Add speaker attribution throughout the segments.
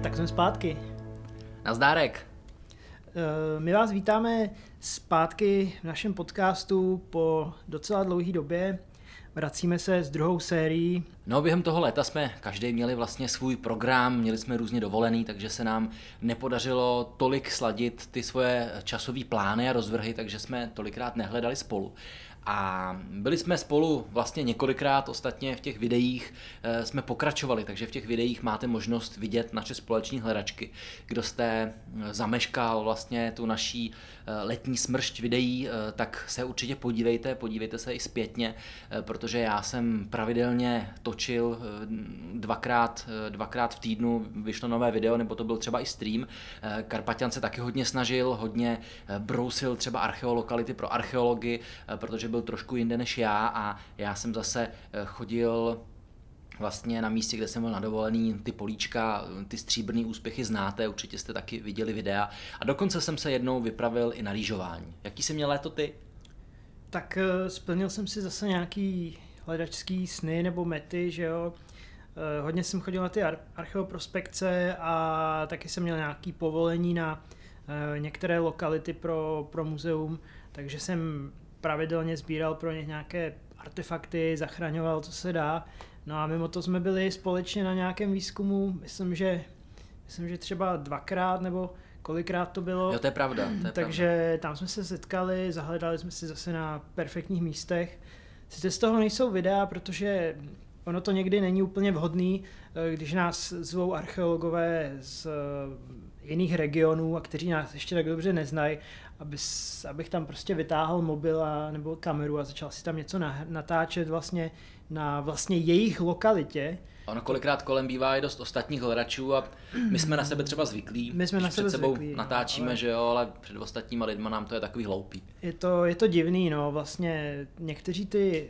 Speaker 1: Tak jsme zpátky.
Speaker 2: Nazdárek.
Speaker 1: My vás vítáme zpátky v našem podcastu po docela dlouhé době. Vracíme se s druhou sérií.
Speaker 2: No, během toho léta jsme každý měli vlastně svůj program, měli jsme různě dovolený, takže se nám nepodařilo tolik sladit ty svoje časové plány a rozvrhy, takže jsme tolikrát nehledali spolu. A byli jsme spolu vlastně několikrát, ostatně v těch videích jsme pokračovali, takže v těch videích máte možnost vidět naše společní hledačky. Kdo jste zameškal vlastně tu naší letní smršť videí, tak se určitě podívejte se i zpětně, protože já jsem pravidelně točil dvakrát v týdnu, vyšlo nové video, nebo to byl třeba i stream. Karpaťan se taky hodně snažil, hodně brousil třeba archeolokality pro archeology, protože byl trošku jinde než já a já jsem zase chodil vlastně na místě, kde jsem byl na dovolený, ty políčka, ty stříbrný úspěchy znáte, určitě jste taky viděli videa a dokonce jsem se jednou vypravil i na lyžování. Jaký jsi měl léto ty?
Speaker 1: Tak splnil jsem si zase nějaký hledačský sny nebo mety, že jo. Hodně jsem chodil na ty archeoprospekce a taky jsem měl nějaký povolení na některé lokality pro muzeum, takže jsem pravidelně sbíral pro ně nějaké artefakty, zachraňoval, co se dá. No a mimo to jsme byli společně na nějakém výzkumu, myslím, že třeba dvakrát nebo kolikrát to bylo.
Speaker 2: Jo, to je pravda.
Speaker 1: Takže tam jsme se setkali, zahledali jsme si zase na perfektních místech. Sice z toho nejsou videa, protože ono to někdy není úplně vhodný, když nás zvou archeologové z jiných regionů a kteří nás ještě tak dobře neznají, abych tam prostě vytáhl mobil nebo kameru a začal si tam něco natáčet vlastně na vlastně jejich lokalitě.
Speaker 2: Ono kolikrát kolem bývá i dost ostatních hledačů a my jsme na sebe třeba zvyklí.
Speaker 1: My jsme na sebe
Speaker 2: před sebou
Speaker 1: zvyklí,
Speaker 2: natáčíme,
Speaker 1: ale...
Speaker 2: že jo, ale před ostatníma lidma nám to je takový hloupý.
Speaker 1: Je to divný, no, vlastně někteří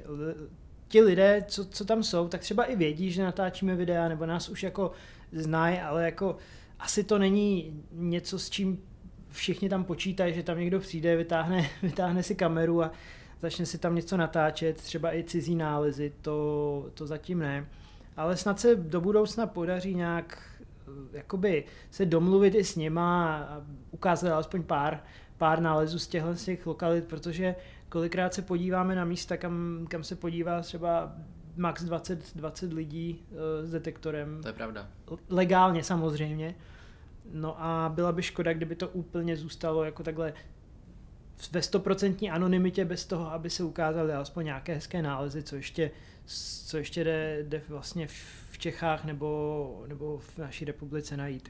Speaker 1: ti lidé, co tam jsou, tak třeba i vědí, že natáčíme videa, nebo nás už jako znají, ale jako asi to není něco, s čím všichni tam počítají, že tam někdo přijde, vytáhne si kameru a začne si tam něco natáčet, třeba i cizí nálezy, to zatím ne. Ale snad se do budoucna podaří nějak jakoby se domluvit i s nima a ukázat alespoň pár nálezů z těch lokalit, protože kolikrát se podíváme na místa, kam se podívá třeba max 20 lidí s detektorem.
Speaker 2: To je pravda.
Speaker 1: Legálně samozřejmě. No a byla by škoda, kdyby to úplně zůstalo jako takhle ve 100% anonymitě bez toho, aby se ukázaly alespoň nějaké hezké nálezy, co ještě jde vlastně v Čechách nebo v naší republice najít.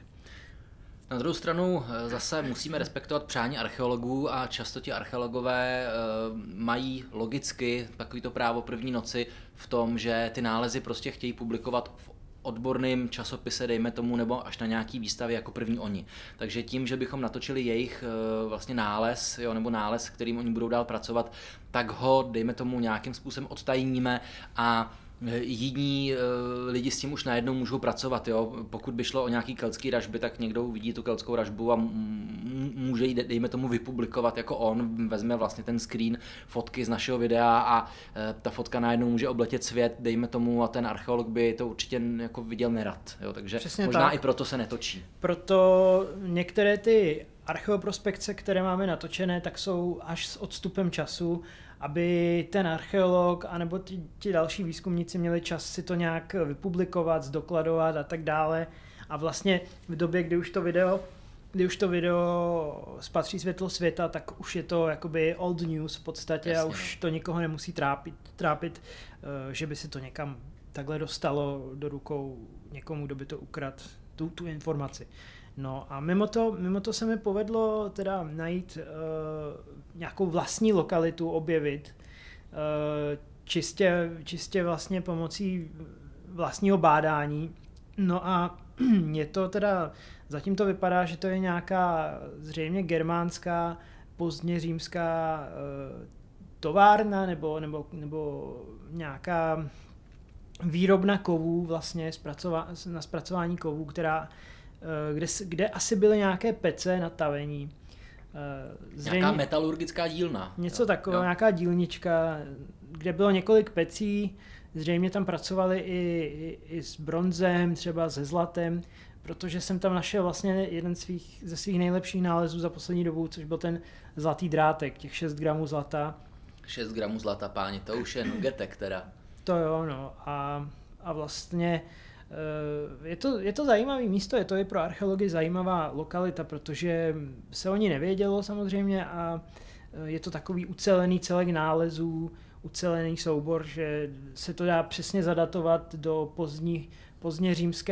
Speaker 2: Na druhou stranu zase musíme respektovat přání archeologů a často ti archeologové mají logicky takovýto právo první noci v tom, že ty nálezy prostě chtějí publikovat v odborným časopise, dejme tomu, nebo až na nějaký výstavě jako první oni. Takže tím, že bychom natočili jejich vlastně nález, jo, nebo nález, kterým oni budou dál pracovat, tak ho, dejme tomu, nějakým způsobem odtajníme a jiní lidi s tím už najednou můžou pracovat. Jo? Pokud by šlo o nějaký keltský ražby, tak někdo uvidí tu keltskou ražbu a může ji, dejme tomu, vypublikovat jako on, vezme vlastně ten screen fotky z našeho videa a ta fotka najednou může obletět svět, dejme tomu, a ten archeolog by to určitě jako viděl nerad. Jo? Takže přesně možná tak. I proto se netočí.
Speaker 1: Proto některé ty archeoprospekce, které máme natočené, tak jsou až s odstupem času, aby ten archeolog anebo ti další výzkumníci měli čas si to nějak vypublikovat, zdokladovat a tak dále. A vlastně v době, kdy už to video spatří světlo světa, tak už je to jakoby old news v podstatě. Jasně, a už to nikoho nemusí trápit, že by se to někam takhle dostalo do rukou někomu, kdo by to ukradl, tu informaci. No a mimo to se mi povedlo teda najít nějakou vlastní lokalitu, objevit, čistě vlastně pomocí vlastního bádání. No a je to teda, zatím to vypadá, že to je nějaká zřejmě germánská, pozdně římská továrna nebo nějaká výrobna kovů vlastně na zpracování kovů, kde asi byly nějaké pece na tavení.
Speaker 2: Nějaká metalurgická dílna.
Speaker 1: Něco takového, nějaká dílnička, kde bylo několik pecí, zřejmě tam pracovali i s bronzem, třeba se zlatem, protože jsem tam našel vlastně jeden ze svých nejlepších nálezů za poslední dobu, což byl ten zlatý drátek, těch 6 gramů zlata.
Speaker 2: 6 gramů zlata, páni, to už je nugetek teda.
Speaker 1: To jo, no. A vlastně je to zajímavé místo, je to i pro archeology zajímavá lokalita, protože se o ní nevědělo samozřejmě a je to takový ucelený celek nálezů, ucelený soubor, že se to dá přesně zadatovat do pozdně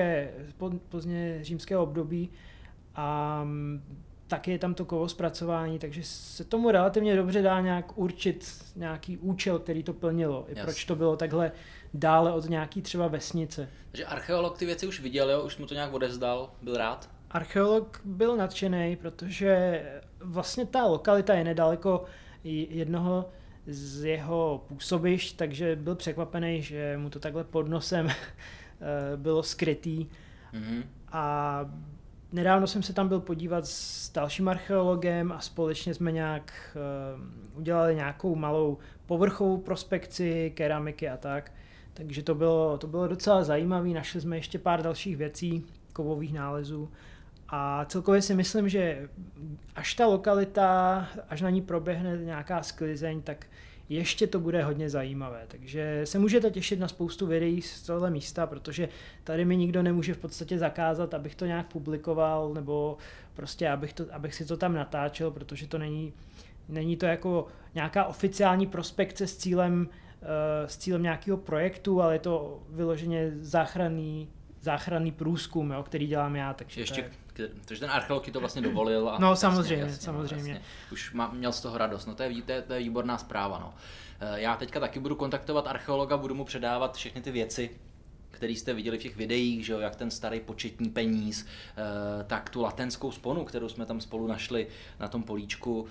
Speaker 1: římského období a taky je tam to kovozpracování, takže se tomu relativně dobře dá nějak určit nějaký účel, který to plnilo. I proč to bylo takhle dále od nějaký třeba vesnice.
Speaker 2: Takže archeolog ty věci už viděl, jo? Už mu to nějak odevzdal, byl rád?
Speaker 1: Archeolog byl nadšený, protože vlastně ta lokalita je nedaleko jednoho z jeho působišť, takže byl překvapený, že mu to takhle pod nosem bylo skrytý. Mm-hmm. A nedávno jsem se tam byl podívat s dalším archeologem a společně jsme nějak udělali nějakou malou povrchovou prospekci keramiky a tak. Takže to bylo docela zajímavé, našli jsme ještě pár dalších věcí, kovových nálezů. A celkově si myslím, že až ta lokalita, až na ní proběhne nějaká sklizeň, tak ještě to bude hodně zajímavé. Takže se můžete těšit na spoustu videí z tohle místa, protože tady mi nikdo nemůže v podstatě zakázat, abych to nějak publikoval, nebo prostě abych si to tam natáčel, protože to není to jako nějaká oficiální prospekce s cílem nějakého projektu, ale je to vyloženě záchranný průzkum, jo, který dělám já. Takže
Speaker 2: ten archeolog ti to vlastně dovolil. A
Speaker 1: no samozřejmě. Vlastně.
Speaker 2: Už měl z toho radost, no to je výborná zpráva. No. Já teďka taky budu kontaktovat archeologa, budu mu předávat všechny ty věci, které jste viděli v těch videích, že jo, jak ten starý početní peníz, tak tu latenskou sponu, kterou jsme tam spolu našli na tom políčku,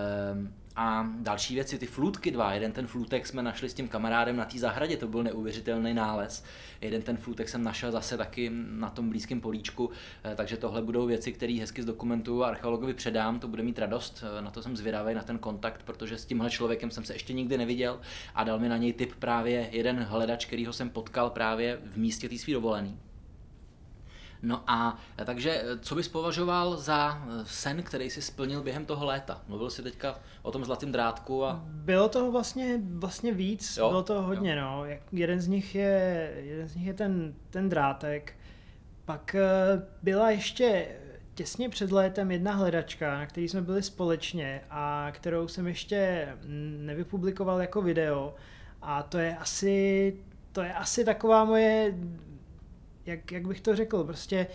Speaker 2: a další věci, ty flutky 2, jeden ten flutek jsme našli s tím kamarádem na té zahradě, to byl neuvěřitelný nález, jeden ten flutek jsem našel zase taky na tom blízkém políčku, takže tohle budou věci, které hezky zdokumentuju a archeologovi předám, to bude mít radost, na to jsem zvědavý, na ten kontakt, protože s tímhle člověkem jsem se ještě nikdy neviděl a dal mi na něj tip právě jeden hledač, kterýho jsem potkal právě v místě té svý dovolený. No a takže co bys považoval za sen, který jsi splnil během toho léta? Mluvil jsi teďka o tom zlatém drátku a...
Speaker 1: Bylo toho vlastně víc, jo? Bylo toho hodně, jo. No. Jeden z nich je ten drátek. Pak byla ještě těsně před létem jedna hledačka, na který jsme byli společně a kterou jsem ještě nevypublikoval jako video. A to je asi taková moje... Jak bych to řekl, prostě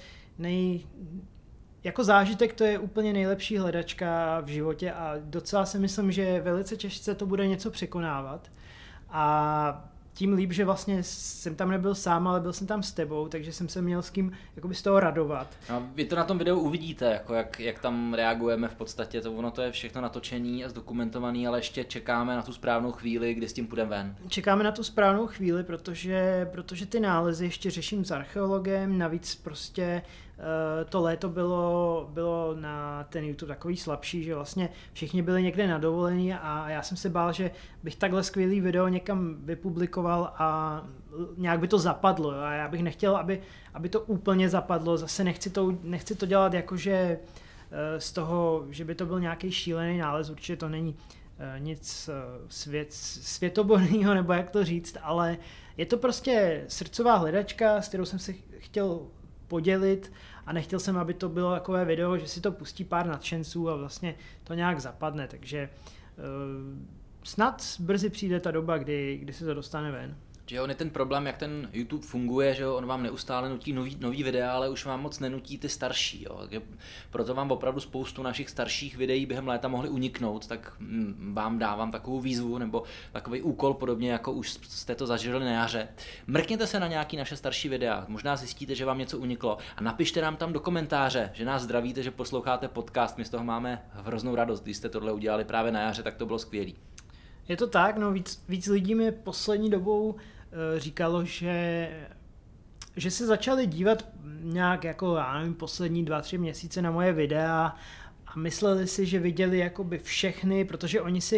Speaker 1: jako zážitek to je úplně nejlepší hledačka v životě a docela si myslím, že velice těžce to bude něco překonávat a tím líp, že vlastně jsem tam nebyl sám, ale byl jsem tam s tebou, takže jsem se měl s kým jakoby z toho radovat.
Speaker 2: No, vy to na tom videu uvidíte, jako jak tam reagujeme v podstatě, ono to je všechno natočený a zdokumentovaný, ale ještě čekáme na tu správnou chvíli, kdy s tím půjdeme ven.
Speaker 1: Čekáme na tu správnou chvíli, protože ty nálezy ještě řeším s archeologem, navíc prostě to léto bylo na ten YouTube takový slabší, že vlastně všichni byli někde na dovolení a já jsem se bál, že bych takhle skvělý video někam vypublikoval a nějak by to zapadlo. Jo? A já bych nechtěl, aby to úplně zapadlo. Zase nechci to dělat jakože z toho, že by to byl nějaký šílený nález. Určitě to není nic světoborného, nebo jak to říct, ale je to prostě srdcová hledačka, s kterou jsem se chtěl podělit a nechtěl jsem, aby to bylo takové video, že si to pustí pár nadšenců a vlastně to nějak zapadne, takže snad brzy přijde ta doba, kdy se to dostane ven.
Speaker 2: Že on je ten problém, jak ten YouTube funguje, že on vám neustále nutí nový videa, ale už vám moc nenutí ty starší. Jo. Proto vám opravdu spoustu našich starších videí během léta mohli uniknout, tak vám dávám takovou výzvu nebo takový úkol, podobně jako už jste to zažili na jaře. Mrkněte se na nějaký naše starší videa, možná zjistíte, že vám něco uniklo a napište nám tam do komentáře, že nás zdravíte, že posloucháte podcast, my z toho máme hroznou radost, když jste tohle udělali právě na jaře, tak to bylo skvělý.
Speaker 1: Je to tak, no víc lidí mi poslední dobou říkalo, že se začali dívat nějak jako, já nevím, poslední 2-3 měsíce na moje videa a mysleli si, že viděli jakoby všechny, protože oni si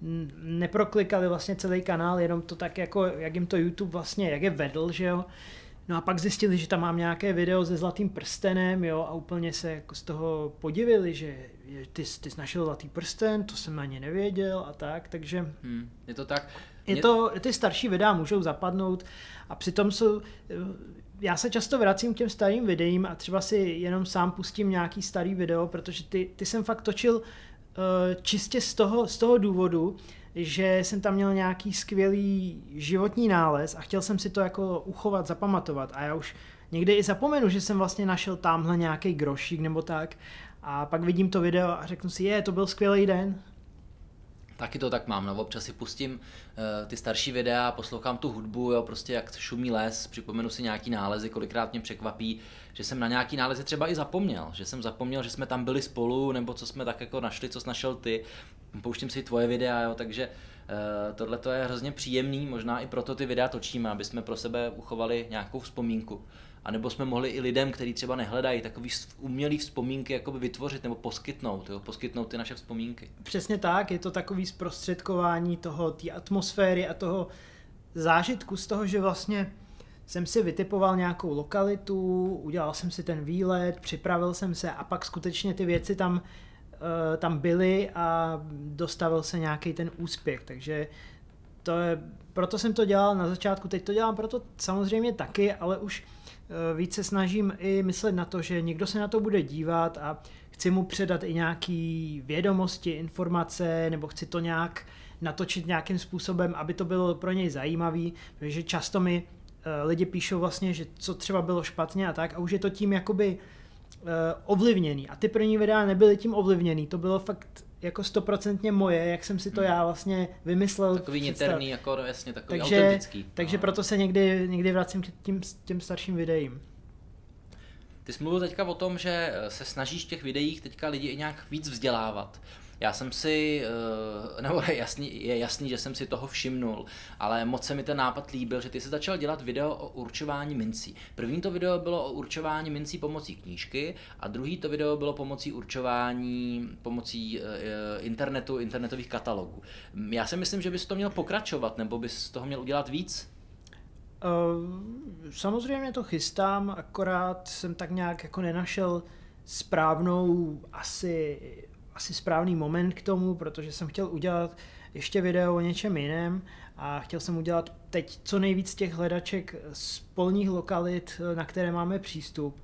Speaker 1: neproklikali vlastně celý kanál, jenom to tak jako, jak jim to YouTube vlastně, jak je vedl, že jo. No a pak zjistili, že tam mám nějaké video se zlatým prstenem, jo, a úplně se jako z toho podivili, že ty jsi našel zlatý prsten, to jsem ani nevěděl a tak, takže...
Speaker 2: Je to tak?
Speaker 1: Ty starší videa můžou zapadnout a přitom já se často vracím k těm starým videím a třeba si jenom sám pustím nějaký starý video, protože ty jsem fakt točil čistě z toho důvodu, že jsem tam měl nějaký skvělý životní nález a chtěl jsem si to jako uchovat, zapamatovat a já už někdy i zapomenu, že jsem vlastně našel tamhle nějaký grošík nebo tak a pak vidím to video a řeknu si, to byl skvělý den.
Speaker 2: Taky to tak mám, no, občas si pustím ty starší videa, poslouchám tu hudbu, jo, prostě jak šumí les, připomenu si nějaký nálezy, kolikrát mě překvapí, že jsem na nějaký nálezy třeba i zapomněl, že jsme tam byli spolu, nebo co jsme tak jako našli, co jsi našel ty, pouštím si tvoje videa, jo, takže tohle to je hrozně příjemný, možná i proto ty videa točíme, aby jsme pro sebe uchovali nějakou vzpomínku. A nebo jsme mohli i lidem, kteří třeba nehledají, takový umělý vzpomínky jakoby vytvořit nebo poskytnout ty naše vzpomínky.
Speaker 1: Přesně tak, je to takový zprostředkování té atmosféry a toho zážitku z toho, že vlastně jsem si vytipoval nějakou lokalitu, udělal jsem si ten výlet, připravil jsem se a pak skutečně ty věci tam byly a dostavil se nějaký ten úspěch, takže proto jsem to dělal na začátku, teď to dělám proto samozřejmě taky, ale už více snažím i myslet na to, že někdo se na to bude dívat a chci mu předat i nějaký vědomosti, informace, nebo chci to nějak natočit nějakým způsobem, aby to bylo pro něj zajímavý, protože často mi lidi píšou vlastně, že co třeba bylo špatně a tak a už je to tím jakoby ovlivněný a ty první videa nebyly tím ovlivněný, to bylo fakt jako 100% moje, jak jsem si to já vlastně vymyslel.
Speaker 2: Takový niterný, jako jasně, takový autentický.
Speaker 1: Takže proto se někdy vracím k těm starším videím.
Speaker 2: Ty jsi mluvil teďka o tom, že se snažíš v těch videích teďka lidi i nějak víc vzdělávat. Já jsem si, nebo je jasný, že jsem si toho všimnul, ale moc se mi ten nápad líbil, že ty jsi začal dělat video o určování mincí. První to video bylo o určování mincí pomocí knížky a druhý to video bylo pomocí internetových katalogů. Já si myslím, že bys to měl pokračovat, nebo bys toho měl udělat víc?
Speaker 1: Samozřejmě to chystám, akorát jsem tak nějak jako nenašel asi správný moment k tomu, protože jsem chtěl udělat ještě video o něčem jiném a chtěl jsem udělat teď co nejvíc těch hledaček z polních lokalit, na které máme přístup,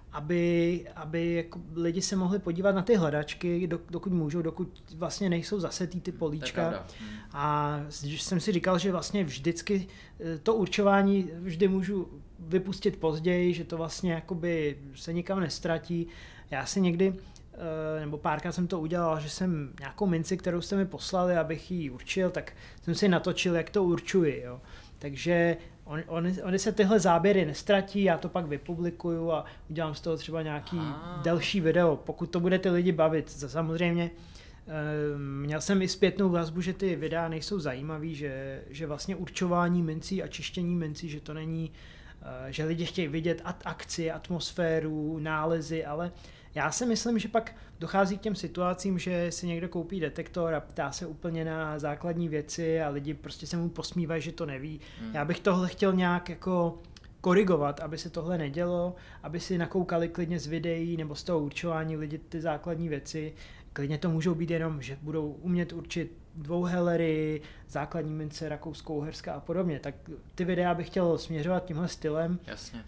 Speaker 1: aby jako lidi se mohli podívat na ty hledačky, dokud můžou, dokud vlastně nejsou zasetý ty políčka. A jsem si říkal, že vlastně vždycky to určování vždy můžu vypustit později, že to vlastně jakoby se nikam nestratí. Já si někdy nebo párkrát jsem to udělal, že jsem nějakou minci, kterou jste mi poslali, abych ji určil, tak jsem si natočil, jak to určuji. Jo. Takže oni se tyhle záběry nestratí, já to pak vypublikuju a udělám z toho třeba nějaký delší video, pokud to bude ty lidi bavit. Samozřejmě měl jsem i zpětnou vazbu, že ty videa nejsou zajímavý, že vlastně určování mincí a čištění mincí, že to není, že lidi chtějí vidět akci, atmosféru, nálezy, ale já si myslím, že pak dochází k těm situacím, že si někdo koupí detektor a ptá se úplně na základní věci a lidi prostě se mu posmívají, že to neví. Já bych tohle chtěl nějak jako korigovat, aby se tohle nedělo, aby si nakoukali klidně z videí nebo z toho určování lidi ty základní věci. Klidně to můžou být jenom, že budou umět určit dvouhelery, základní mince, Rakousko-Uherska a podobně. Tak ty videa bych chtěl směřovat tímhle stylem.
Speaker 2: Jasně.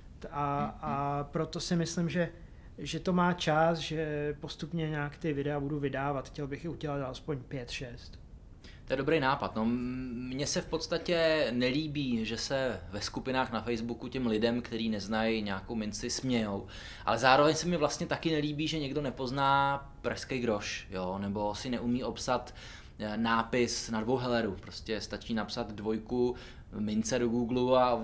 Speaker 1: A proto si myslím, že to má čas, že postupně nějak ty videa budu vydávat. Chtěl bych je udělat aspoň 5-6.
Speaker 2: To je dobrý nápad. No, mně se v podstatě nelíbí, že se ve skupinách na Facebooku těm lidem, kteří neznají nějakou minci, smějou. Ale zároveň se mi vlastně taky nelíbí, že někdo nepozná pražský groš, jo? Nebo si neumí obsat nápis na dvouheleru. Prostě stačí napsat 2 mince do Google a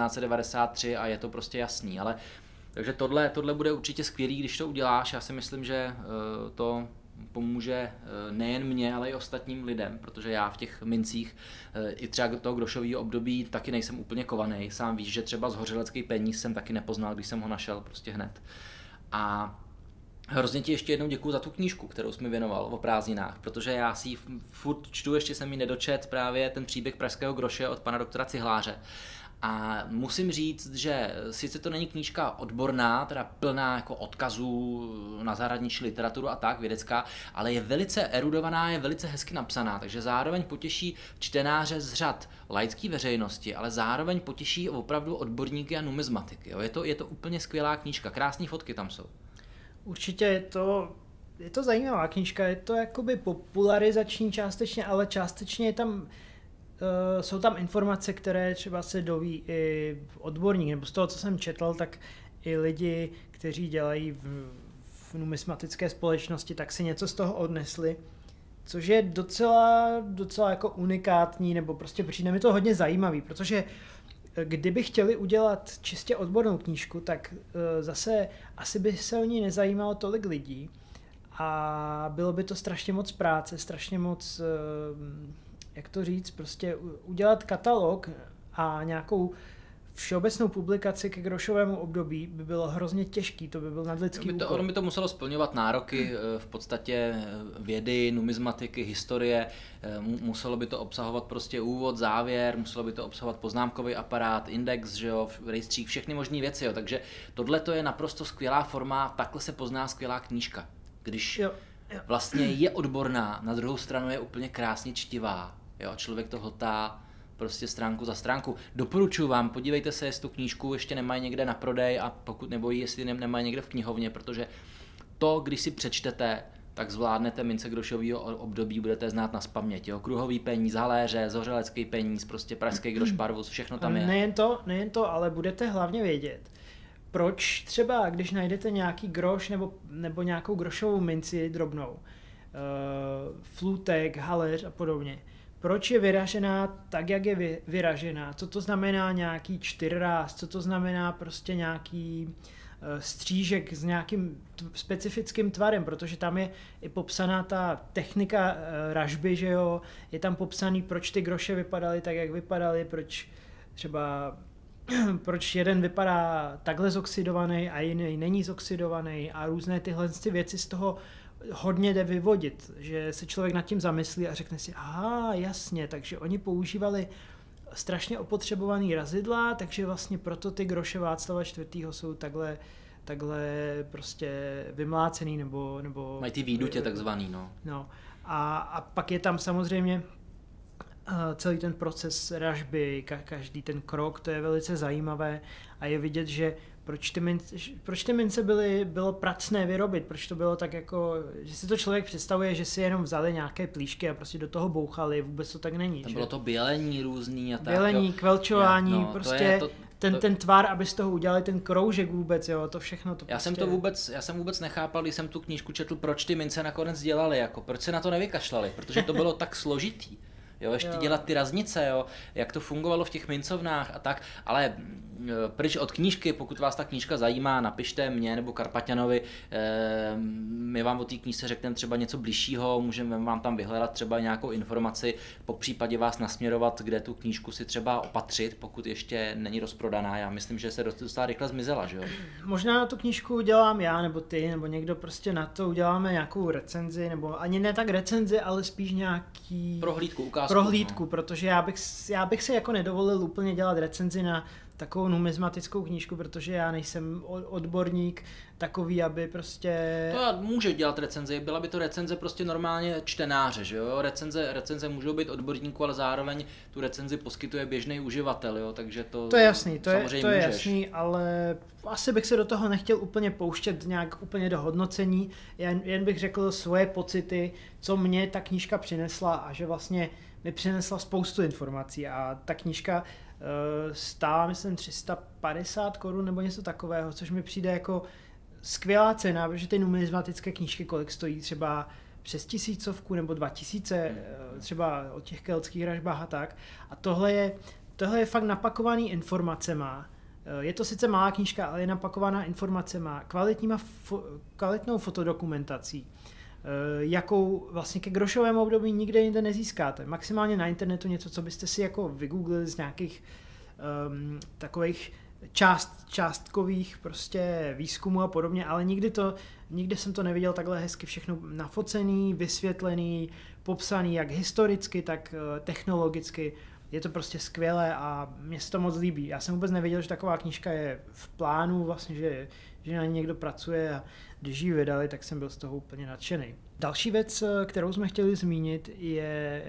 Speaker 2: 1893 a je to prostě jasný. Takže tohle bude určitě skvělý, když to uděláš. Já si myslím, že to pomůže nejen mně, ale i ostatním lidem, protože já v těch mincích i třeba toho grošového období taky nejsem úplně kovaný. Sám víš, že třeba zhořelecký peníz jsem taky nepoznal, když jsem ho našel prostě hned. A Hrozně ti ještě jednou děkuju za tu knížku, kterou jsi mi věnoval o prázdninách, protože já si ji furt čtu, ještě jsem mi nedočet právě ten příběh pražského groše od pana doktora Cihláře. A musím říct, že sice to není knížka odborná, teda plná jako odkazů na zahraniční literaturu a tak, vědecká, ale je velice erudovaná, je velice hezky napsaná, takže zároveň potěší čtenáře z řad laické veřejnosti, ale zároveň potěší opravdu odborníky a numizmatiky. Jo. Je to úplně skvělá knížka, krásné fotky tam jsou.
Speaker 1: Určitě je to zajímavá knížka, je to jakoby popularizační částečně, ale částečně je tam, jsou tam informace, které třeba se doví i odborník, nebo z toho, co jsem četl, tak i lidi, kteří dělají v numismatické společnosti, tak si něco z toho odnesli, což je docela jako unikátní, nebo prostě přijde mi to hodně zajímavý, protože kdyby chtěli udělat čistě odbornou knížku, tak zase asi by se o ní nezajímalo tolik lidí a bylo by to strašně moc práce, strašně moc, jak to říct, prostě udělat katalog a nějakou všeobecnou publikaci ke Grošovému období by bylo hrozně těžký, to by byl nadlidský úkol.
Speaker 2: Ono by to muselo splňovat nároky v podstatě vědy, numizmatiky, historie, muselo by to obsahovat prostě úvod, závěr, muselo by to obsahovat poznámkový aparát, index, že jo, rejstřík, všechny možné věci, jo. Takže tohle to je naprosto skvělá forma, takhle se pozná skvělá knížka. Když vlastně je odborná, na druhou stranu je úplně krásně čtivá, jo, člověk to hltá prostě stránku za stránku. Doporučuji vám, podívejte se, jestli tu knížku ještě nemají někde na prodej a pokud nebojí, jestli nemají někde v knihovně, protože to, když si přečtete, tak zvládnete mince Grošovýho období, budete znát nazpaměť. Jo? Kruhový peníz, haléře, zořelecký peníz, prostě pražský groš, parvus, všechno tam je.
Speaker 1: Nejen to, ale budete hlavně vědět, proč třeba, když najdete nějaký groš nebo nějakou grošovou minci drobnou, flutek, haléř a podobně, proč je vyražená tak, jak je vyražená, co to znamená nějaký čtyřráz, co to znamená prostě nějaký střížek s nějakým specifickým tvarem, protože tam je i popsaná ta technika ražby, že jo, je tam popsaný, proč ty groše vypadaly tak, jak vypadaly, proč jeden vypadá takhle zoxidovaný a jiný není zoxidovaný a různé tyhle věci z toho hodně jde vyvodit, že se člověk nad tím zamyslí a řekne si, aha, jasně, takže oni používali strašně opotřebovaný razidla, takže vlastně proto ty groše Václava IV. Jsou takhle prostě vymlácený nebo
Speaker 2: mají ty výdutě takzvaný, no.
Speaker 1: No. A pak je tam samozřejmě celý ten proces ražby, každý ten krok, to je velice zajímavé a je vidět, že proč ty mince bylo pracné vyrobit, proč to bylo tak jako, že si to člověk představuje, že si jenom vzali nějaké plíšky a prostě do toho bouchali, vůbec to tak není.
Speaker 2: Tam bylo to bělení různý a tak.
Speaker 1: Bělení, kvelčování, prostě ten tvar, aby z toho udělali ten kroužek vůbec, jo, to všechno.
Speaker 2: Já jsem vůbec nechápal, když jsem tu knížku četl, proč ty mince nakonec dělali, jako proč se na to nevykašlali, protože to bylo tak složitý. Jo, ještě dělat ty raznice, jo, jak to fungovalo v těch mincovnách a tak, ale pryč od knížky, pokud vás ta knížka zajímá, napište mě nebo Karpaťanovi, my vám o té knížce řekneme třeba něco bližšího, můžeme vám tam vyhledat třeba nějakou informaci, po případě vás nasměrovat, kde tu knížku si třeba opatřit, pokud ještě není rozprodaná. Já myslím, že se docela rychle zmizela, že jo?
Speaker 1: Možná na tu knížku udělám já, nebo ty, nebo někdo prostě na to uděláme nějakou recenzi, nebo ani ne tak recenzi, ale spíš nějaký prohlídku, protože já bych si jako nedovolil úplně dělat recenzi na takovou numizmatickou knížku, protože já nejsem odborník takový, aby prostě...
Speaker 2: To může dělat recenzi, byla by to recenze prostě normálně čtenáře, že jo? Recenze můžou být odborníků, ale zároveň tu recenzi poskytuje běžný uživatel, jo? Takže to
Speaker 1: je jasný, to je
Speaker 2: jasný,
Speaker 1: ale asi bych se do toho nechtěl úplně pouštět nějak úplně do hodnocení, jen bych řekl svoje pocity, co mě ta knížka přinesla a že vlastně mi přinesla spoustu informací a ta knížka stála, myslím, 350 korun nebo něco takového, což mi přijde jako skvělá cena, protože ty numizmatické knížky kolik stojí, třeba přes 1000 nebo 2000, třeba o těch keltských ražbách a tak. A tohle je fakt napakovaný informacema. Je to sice malá knížka, ale je napakovaná informacema, kvalitnou fotodokumentací, jakou vlastně ke Grošovému období nikde jinde nezískáte. Maximálně na internetu něco, co byste si jako vygooglili z nějakých takových částkových prostě výzkumů a podobně, ale nikdy jsem to neviděl takhle hezky všechno nafocený, vysvětlený, popsaný jak historicky, tak technologicky. Je to prostě skvělé a mně se to moc líbí. Já jsem vůbec nevěděl, že taková knížka je v plánu, vlastně, že na ní někdo pracuje a když ji vydali, tak jsem byl z toho úplně nadšený. Další věc, kterou jsme chtěli zmínit, je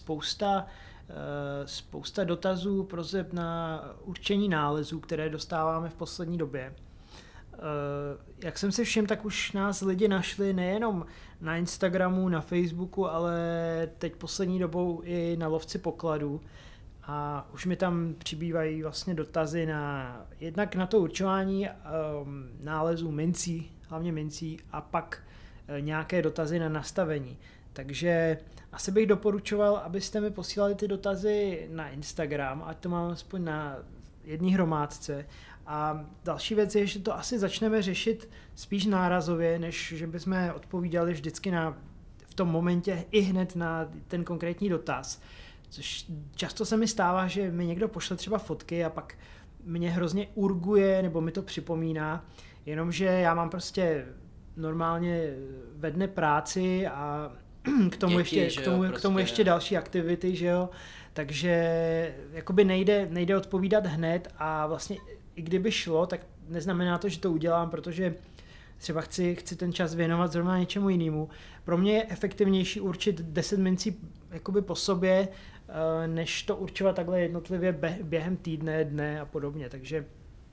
Speaker 1: spousta dotazů, proseb na určení nálezů, které dostáváme v poslední době. Jak jsem si všiml, tak už nás lidi našli nejenom na Instagramu, na Facebooku, ale teď poslední dobou i na lovci pokladů. A už mi tam přibývají vlastně dotazy jednak na to určování nálezů mincí, hlavně mincí, a pak nějaké dotazy na nastavení. Takže asi bych doporučoval, abyste mi posílali ty dotazy na Instagram, ať to mám aspoň na jedné hromádce. A další věc je, že to asi začneme řešit spíš nárazově, než že bychom odpovídali vždycky v tom momentě i hned na ten konkrétní dotaz. Což často se mi stává, že mi někdo pošle třeba fotky a pak mě hrozně urguje nebo mi to připomíná, jenomže já mám prostě normálně ve dne práci a k tomu ještě další aktivity, že jo, takže jakoby nejde odpovídat hned a vlastně i kdyby šlo, tak neznamená to, že to udělám, protože třeba chci ten čas věnovat zrovna něčemu jinému. Pro mě je efektivnější určit 10 mincí jakoby po sobě, než to určovat takhle jednotlivě během týdne, dne a podobně, takže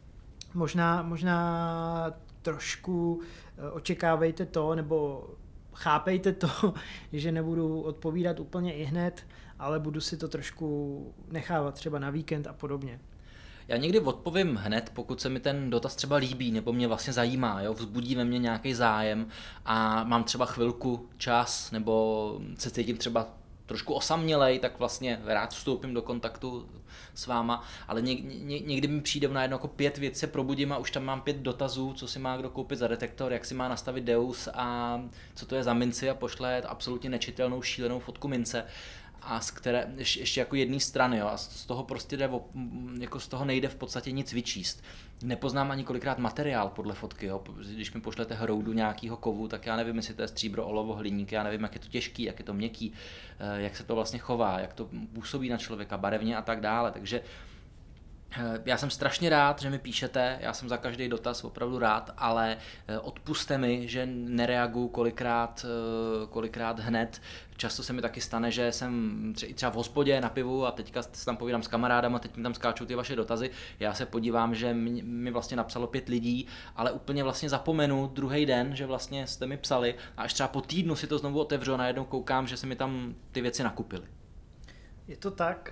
Speaker 1: možná trošku očekávejte to, nebo chápejte to, že nebudu odpovídat úplně ihned, ale budu si to trošku nechávat třeba na víkend a podobně.
Speaker 2: Já někdy odpovím hned, pokud se mi ten dotaz třeba líbí, nebo mě vlastně zajímá, jo? Vzbudí ve mně nějaký zájem a mám třeba chvilku, čas, nebo se cítím třeba trošku osamělej, tak vlastně rád vstoupím do kontaktu s váma, ale někdy mi přijde najednou jako 5 věcí, se probudím a už tam mám 5 dotazů, co si má kdo koupit za detektor, jak si má nastavit Deus a co to je za minci a pošle absolutně nečitelnou šílenou fotku mince. A z které ještě jako jedné strany, jo, a z toho prostě jako z toho nejde v podstatě nic vyčíst. Nepoznám ani kolikrát materiál podle fotky, jo. Když mi pošlete hroudu nějakého kovu, tak já nevím, jestli to je stříbro, olovo, hliník, já nevím, jak je to těžký, jak je to měkký, jak se to vlastně chová, jak to působí na člověka barevně a tak dále, takže já jsem strašně rád, že mi píšete, já jsem za každý dotaz opravdu rád, ale odpusťte mi, že nereaguju kolikrát hned. Často se mi taky stane, že jsem třeba v hospodě na pivu a teďka se tam povídám s kamarádama, teď mi tam skáčou ty vaše dotazy. Já se podívám, že mi vlastně napsalo 5 lidí, ale úplně vlastně zapomenu druhý den, že vlastně jste mi psali a až třeba po týdnu si to znovu otevřu a najednou koukám, že se mi tam ty věci nakupily.
Speaker 1: Je to tak.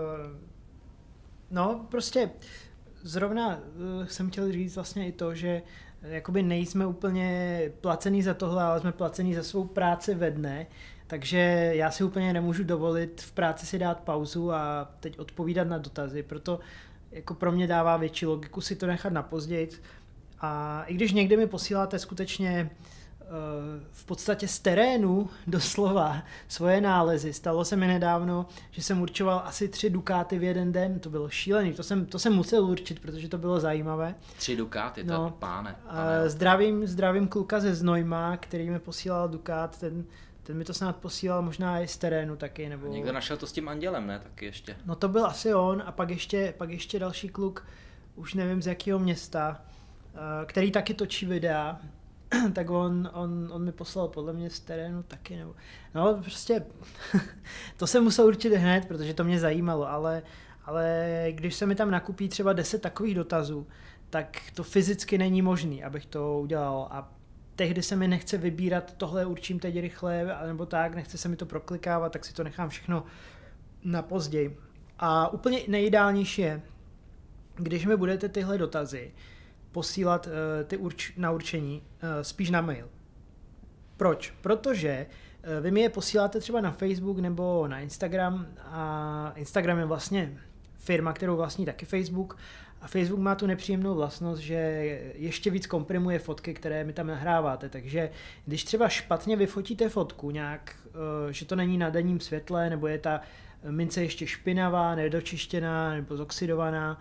Speaker 1: No, prostě zrovna jsem chtěl říct vlastně i to, že jakoby nejsme úplně placený za tohle, ale jsme placený za svou práci ve dne, takže já si úplně nemůžu dovolit v práci si dát pauzu a teď odpovídat na dotazy, proto jako pro mě dává větší logiku si to nechat na později. A i když někdy mi posíláte skutečně v podstatě z terénu doslova svoje nálezy. Stalo se mi nedávno, že jsem určoval asi 3 dukáty v jeden den, to bylo šílený, to jsem musel určit, protože to bylo zajímavé.
Speaker 2: 3 dukáty, to
Speaker 1: no,
Speaker 2: páne.
Speaker 1: Zdravím kluka ze Znojma, který mi posílal dukát, ten mi to snad posílal možná i z terénu taky. Nebo...
Speaker 2: Někdo našel to s tím andělem, ne? Taky ještě.
Speaker 1: No to byl asi on a pak ještě další kluk, už nevím z jakého města, který taky točí videa, tak on mi poslal podle mě z terénu taky, nebo... No prostě, to jsem musel určit hned, protože to mě zajímalo, ale když se mi tam nakupí třeba 10 takových dotazů, tak to fyzicky není možný, abych to udělal a tehdy se mi nechce vybírat, tohle určím teď rychle, nebo tak, nechce se mi to proklikávat, tak si to nechám všechno na později. A úplně nejideálnější je, když mi budete tyhle dotazy posílat na určení spíš na mail. Proč? Protože vy mi je posíláte třeba na Facebook nebo na Instagram a Instagram je vlastně firma, kterou vlastní taky Facebook a Facebook má tu nepříjemnou vlastnost, že ještě víc komprimuje fotky, které mi tam nahráváte, takže když třeba špatně vyfotíte fotku nějak, že to není na denním světle nebo je ta mince ještě špinavá, nedočištěná nebo zoxidovaná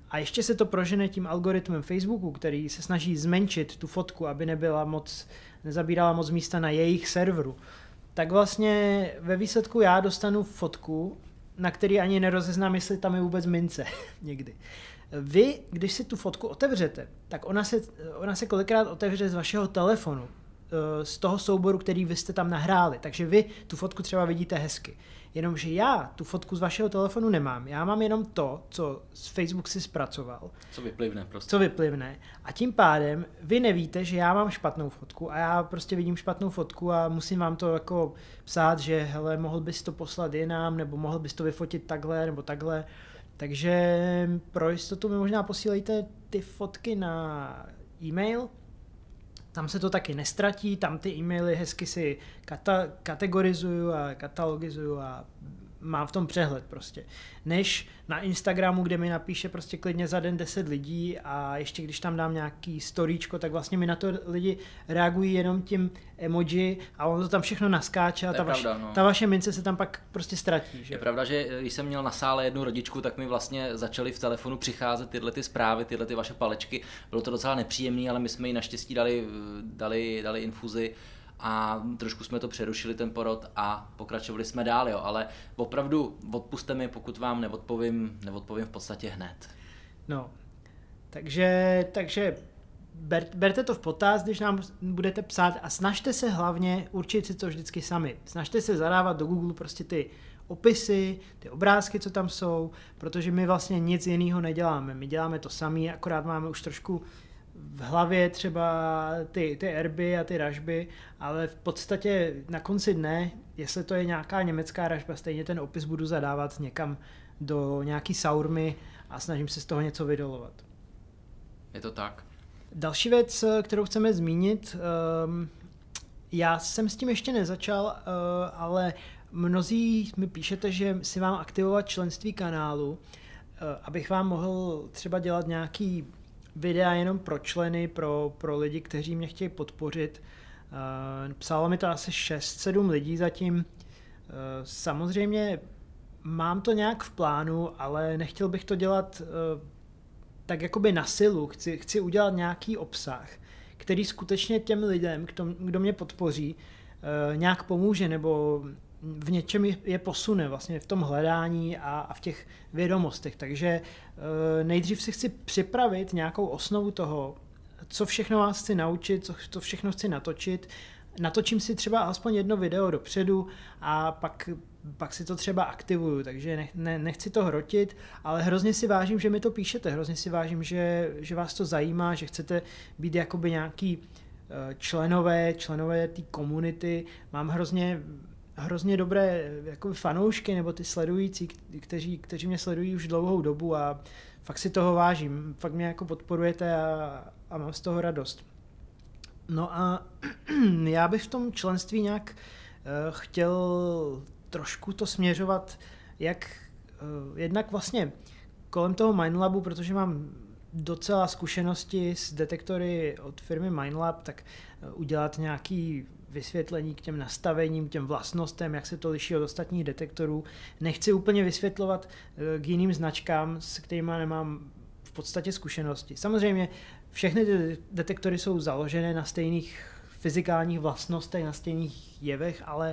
Speaker 1: a ještě se to prožene tím algoritmem Facebooku, který se snaží zmenšit tu fotku, aby nezabírala moc místa na jejich serveru, tak vlastně ve výsledku já dostanu fotku, na který ani nerozeznám, jestli tam je vůbec mince někdy. Vy, když si tu fotku otevřete, tak ona se kolikrát otevře z vašeho telefonu, z toho souboru, který vy jste tam nahráli. Takže vy tu fotku třeba vidíte hezky. Jenomže já tu fotku z vašeho telefonu nemám. Já mám jenom to, co z Facebook si zpracoval.
Speaker 2: Co vyplivne prostě.
Speaker 1: Co vyplivne. A tím pádem vy nevíte, že já mám špatnou fotku a já prostě vidím špatnou fotku a musím vám to jako psát, že hele, mohl bys to poslat jinam, nebo mohl bys to vyfotit takhle, nebo takhle. Takže pro jistotu mi možná posílejte ty fotky na e-mail. Tam se to taky nestratí, tam ty e-maily hezky si kategorizuju a katalogizuju a mám v tom přehled prostě. Než na Instagramu, kde mi napíše prostě klidně za den 10 lidí a ještě když tam dám nějaký storíčko, tak vlastně mi na to lidi reagují jenom tím emoji a ono to tam všechno naskáče a ta vaše mince se tam pak prostě ztratí. Že?
Speaker 2: Je pravda, že když jsem měl na sále jednu rodičku, tak mi vlastně začaly v telefonu přicházet tyhle ty zprávy, tyhle ty vaše palečky. Bylo to docela nepříjemné, ale my jsme jí naštěstí dali infuzi a trošku jsme to přerušili ten porod a pokračovali jsme dál, jo, ale opravdu odpuste mi, pokud vám neodpovím v podstatě hned.
Speaker 1: No, takže berte to v potaz, když nám budete psát a snažte se hlavně určit si to vždycky sami. Snažte se zadávat do Google prostě ty opisy, ty obrázky, co tam jsou, protože my vlastně nic jiného neděláme. My děláme to sami, akorát máme už trošku v hlavě třeba ty erby a ty ražby, ale v podstatě na konci dne, jestli to je nějaká německá ražba, stejně ten opis budu zadávat někam do nějaký saurmy a snažím se z toho něco vydolovat.
Speaker 2: Je to tak.
Speaker 1: Další věc, kterou chceme zmínit, já jsem s tím ještě nezačal, ale mnozí mi píšete, že si vám aktivovat členství kanálu, abych vám mohl třeba dělat nějaký videa jenom pro členy, pro lidi, kteří mě chtějí podpořit. Psalo mi to asi 6-7 lidí zatím. Samozřejmě mám to nějak v plánu, ale nechtěl bych to dělat tak jakoby na silu. Chci udělat nějaký obsah, který skutečně těm lidem, kdo mě podpoří, nějak pomůže nebo v něčem je posune vlastně v tom hledání a v těch vědomostech. Takže nejdřív si chci připravit nějakou osnovu toho, co všechno vás chci naučit, co všechno chci natočit. Natočím si třeba alespoň jedno video dopředu a pak si to třeba aktivuju, takže nechci to hrotit, ale hrozně si vážím, že mi to píšete, hrozně si vážím, že vás to zajímá, že chcete být jakoby nějaký členové té komunity. Mám hrozně dobré jakoby fanoušky nebo ty sledující, kteří mě sledují už dlouhou dobu a fakt si toho vážím, fakt mě jako podporujete a mám z toho radost. No a já bych v tom členství nějak chtěl trošku to směřovat, jak jednak vlastně kolem toho Minelabu, protože mám docela zkušenosti s detektory od firmy Minelab, tak udělat nějaký vysvětlení k těm nastavením, těm vlastnostem, jak se to liší od ostatních detektorů. Nechci úplně vysvětlovat k jiným značkám, s kterými nemám v podstatě zkušenosti. Samozřejmě všechny ty detektory jsou založené na stejných fyzikálních vlastnostech, na stejných jevech, ale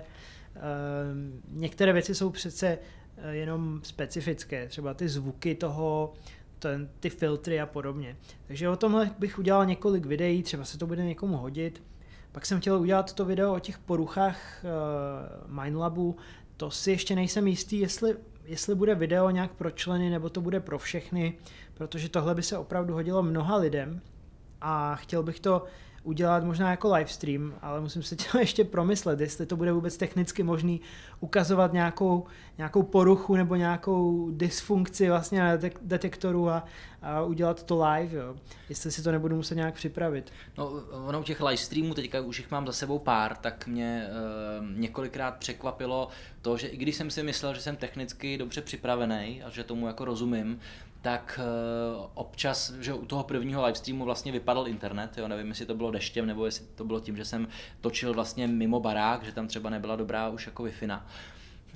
Speaker 1: některé věci jsou přece jenom specifické, třeba ty zvuky toho, ty filtry a podobně. Takže o tomhle bych udělal několik videí, třeba se to bude někomu hodit. Pak jsem chtěl udělat to video o těch poruchách Minelabu. To si ještě nejsem jistý, jestli bude video nějak pro členy, nebo to bude pro všechny, protože tohle by se opravdu hodilo mnoha lidem a chtěl bych to udělat možná jako livestream, ale musím si to ještě promyslet, jestli to bude vůbec technicky možný ukazovat nějakou poruchu nebo nějakou dysfunkci vlastně na detektoru a udělat to live, jo. Jestli si to nebudu muset nějak připravit.
Speaker 2: No, ono těch livestreamů, teďka už jich mám za sebou pár, tak mě několikrát překvapilo to, že i když jsem si myslel, že jsem technicky dobře připravený a že tomu jako rozumím, tak občas, že u toho prvního livestreamu vlastně vypadl internet, jo, nevím, jestli to bylo deštěm, nebo jestli to bylo tím, že jsem točil vlastně mimo barák, že tam třeba nebyla dobrá už jako Wi-Fi.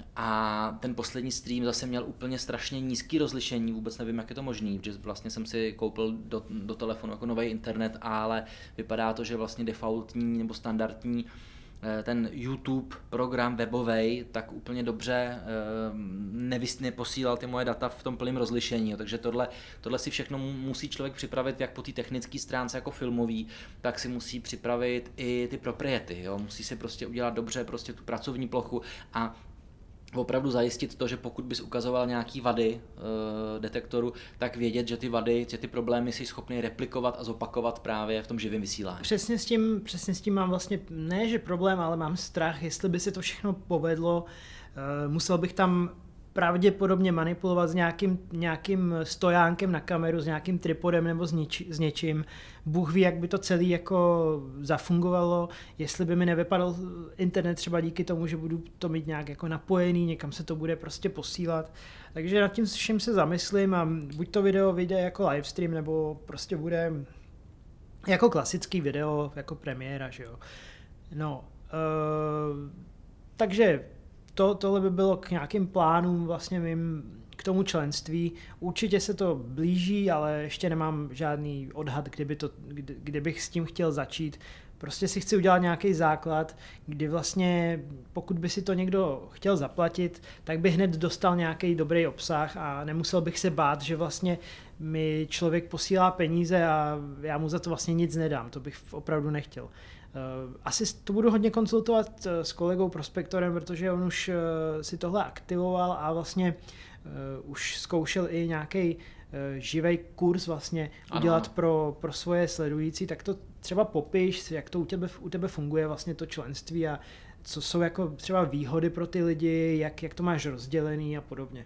Speaker 2: A ten poslední stream zase měl úplně strašně nízký rozlišení, vůbec nevím, jak je to možný, protože vlastně jsem si koupil do telefonu jako nový internet, ale vypadá to, že vlastně defaultní nebo standardní ten YouTube program webovej tak úplně dobře neposílal ty moje data v tom plném rozlišení, takže tohle si všechno musí člověk připravit jak po té technické stránce jako filmový, tak si musí připravit i ty propriety, jo? Musí si prostě udělat dobře prostě tu pracovní plochu a opravdu zajistit to, že pokud bys ukazoval nějaký vady detektoru, tak vědět, že ty vady, že ty problémy jsi schopný replikovat a zopakovat právě v tom živém vysílání.
Speaker 1: Přesně s tím mám vlastně, ne že problém, ale mám strach, jestli by se to všechno povedlo, musel bych tam pravděpodobně manipulovat s nějakým stojánkem na kameru, s nějakým tripodem nebo s něčím. Bůh ví, jak by to celé jako zafungovalo, jestli by mi nevypadal internet třeba díky tomu, že budu to mít nějak jako napojený, někam se to bude prostě posílat. Takže nad tím všem se zamyslím a buď to video vyjde jako livestream, nebo prostě bude jako klasický video, jako premiéra, že jo. No, takže tohle by bylo k nějakým plánům vlastně mým k tomu členství. Určitě se to blíží, ale ještě nemám žádný odhad, kdy bych s tím chtěl začít. Prostě si chci udělat nějaký základ, kdy vlastně pokud by si to někdo chtěl zaplatit, tak by hned dostal nějaký dobrý obsah a nemusel bych se bát, že vlastně mi člověk posílá peníze a já mu za to vlastně nic nedám. To bych opravdu nechtěl. Asi to budu hodně konzultovat s kolegou Prospektorem, protože on už si tohle aktivoval a vlastně už zkoušel i nějaký živej kurz vlastně udělat pro svoje sledující, tak to třeba popiš, jak to u tebe funguje vlastně to členství a co jsou jako třeba výhody pro ty lidi, jak to máš rozdělený a podobně.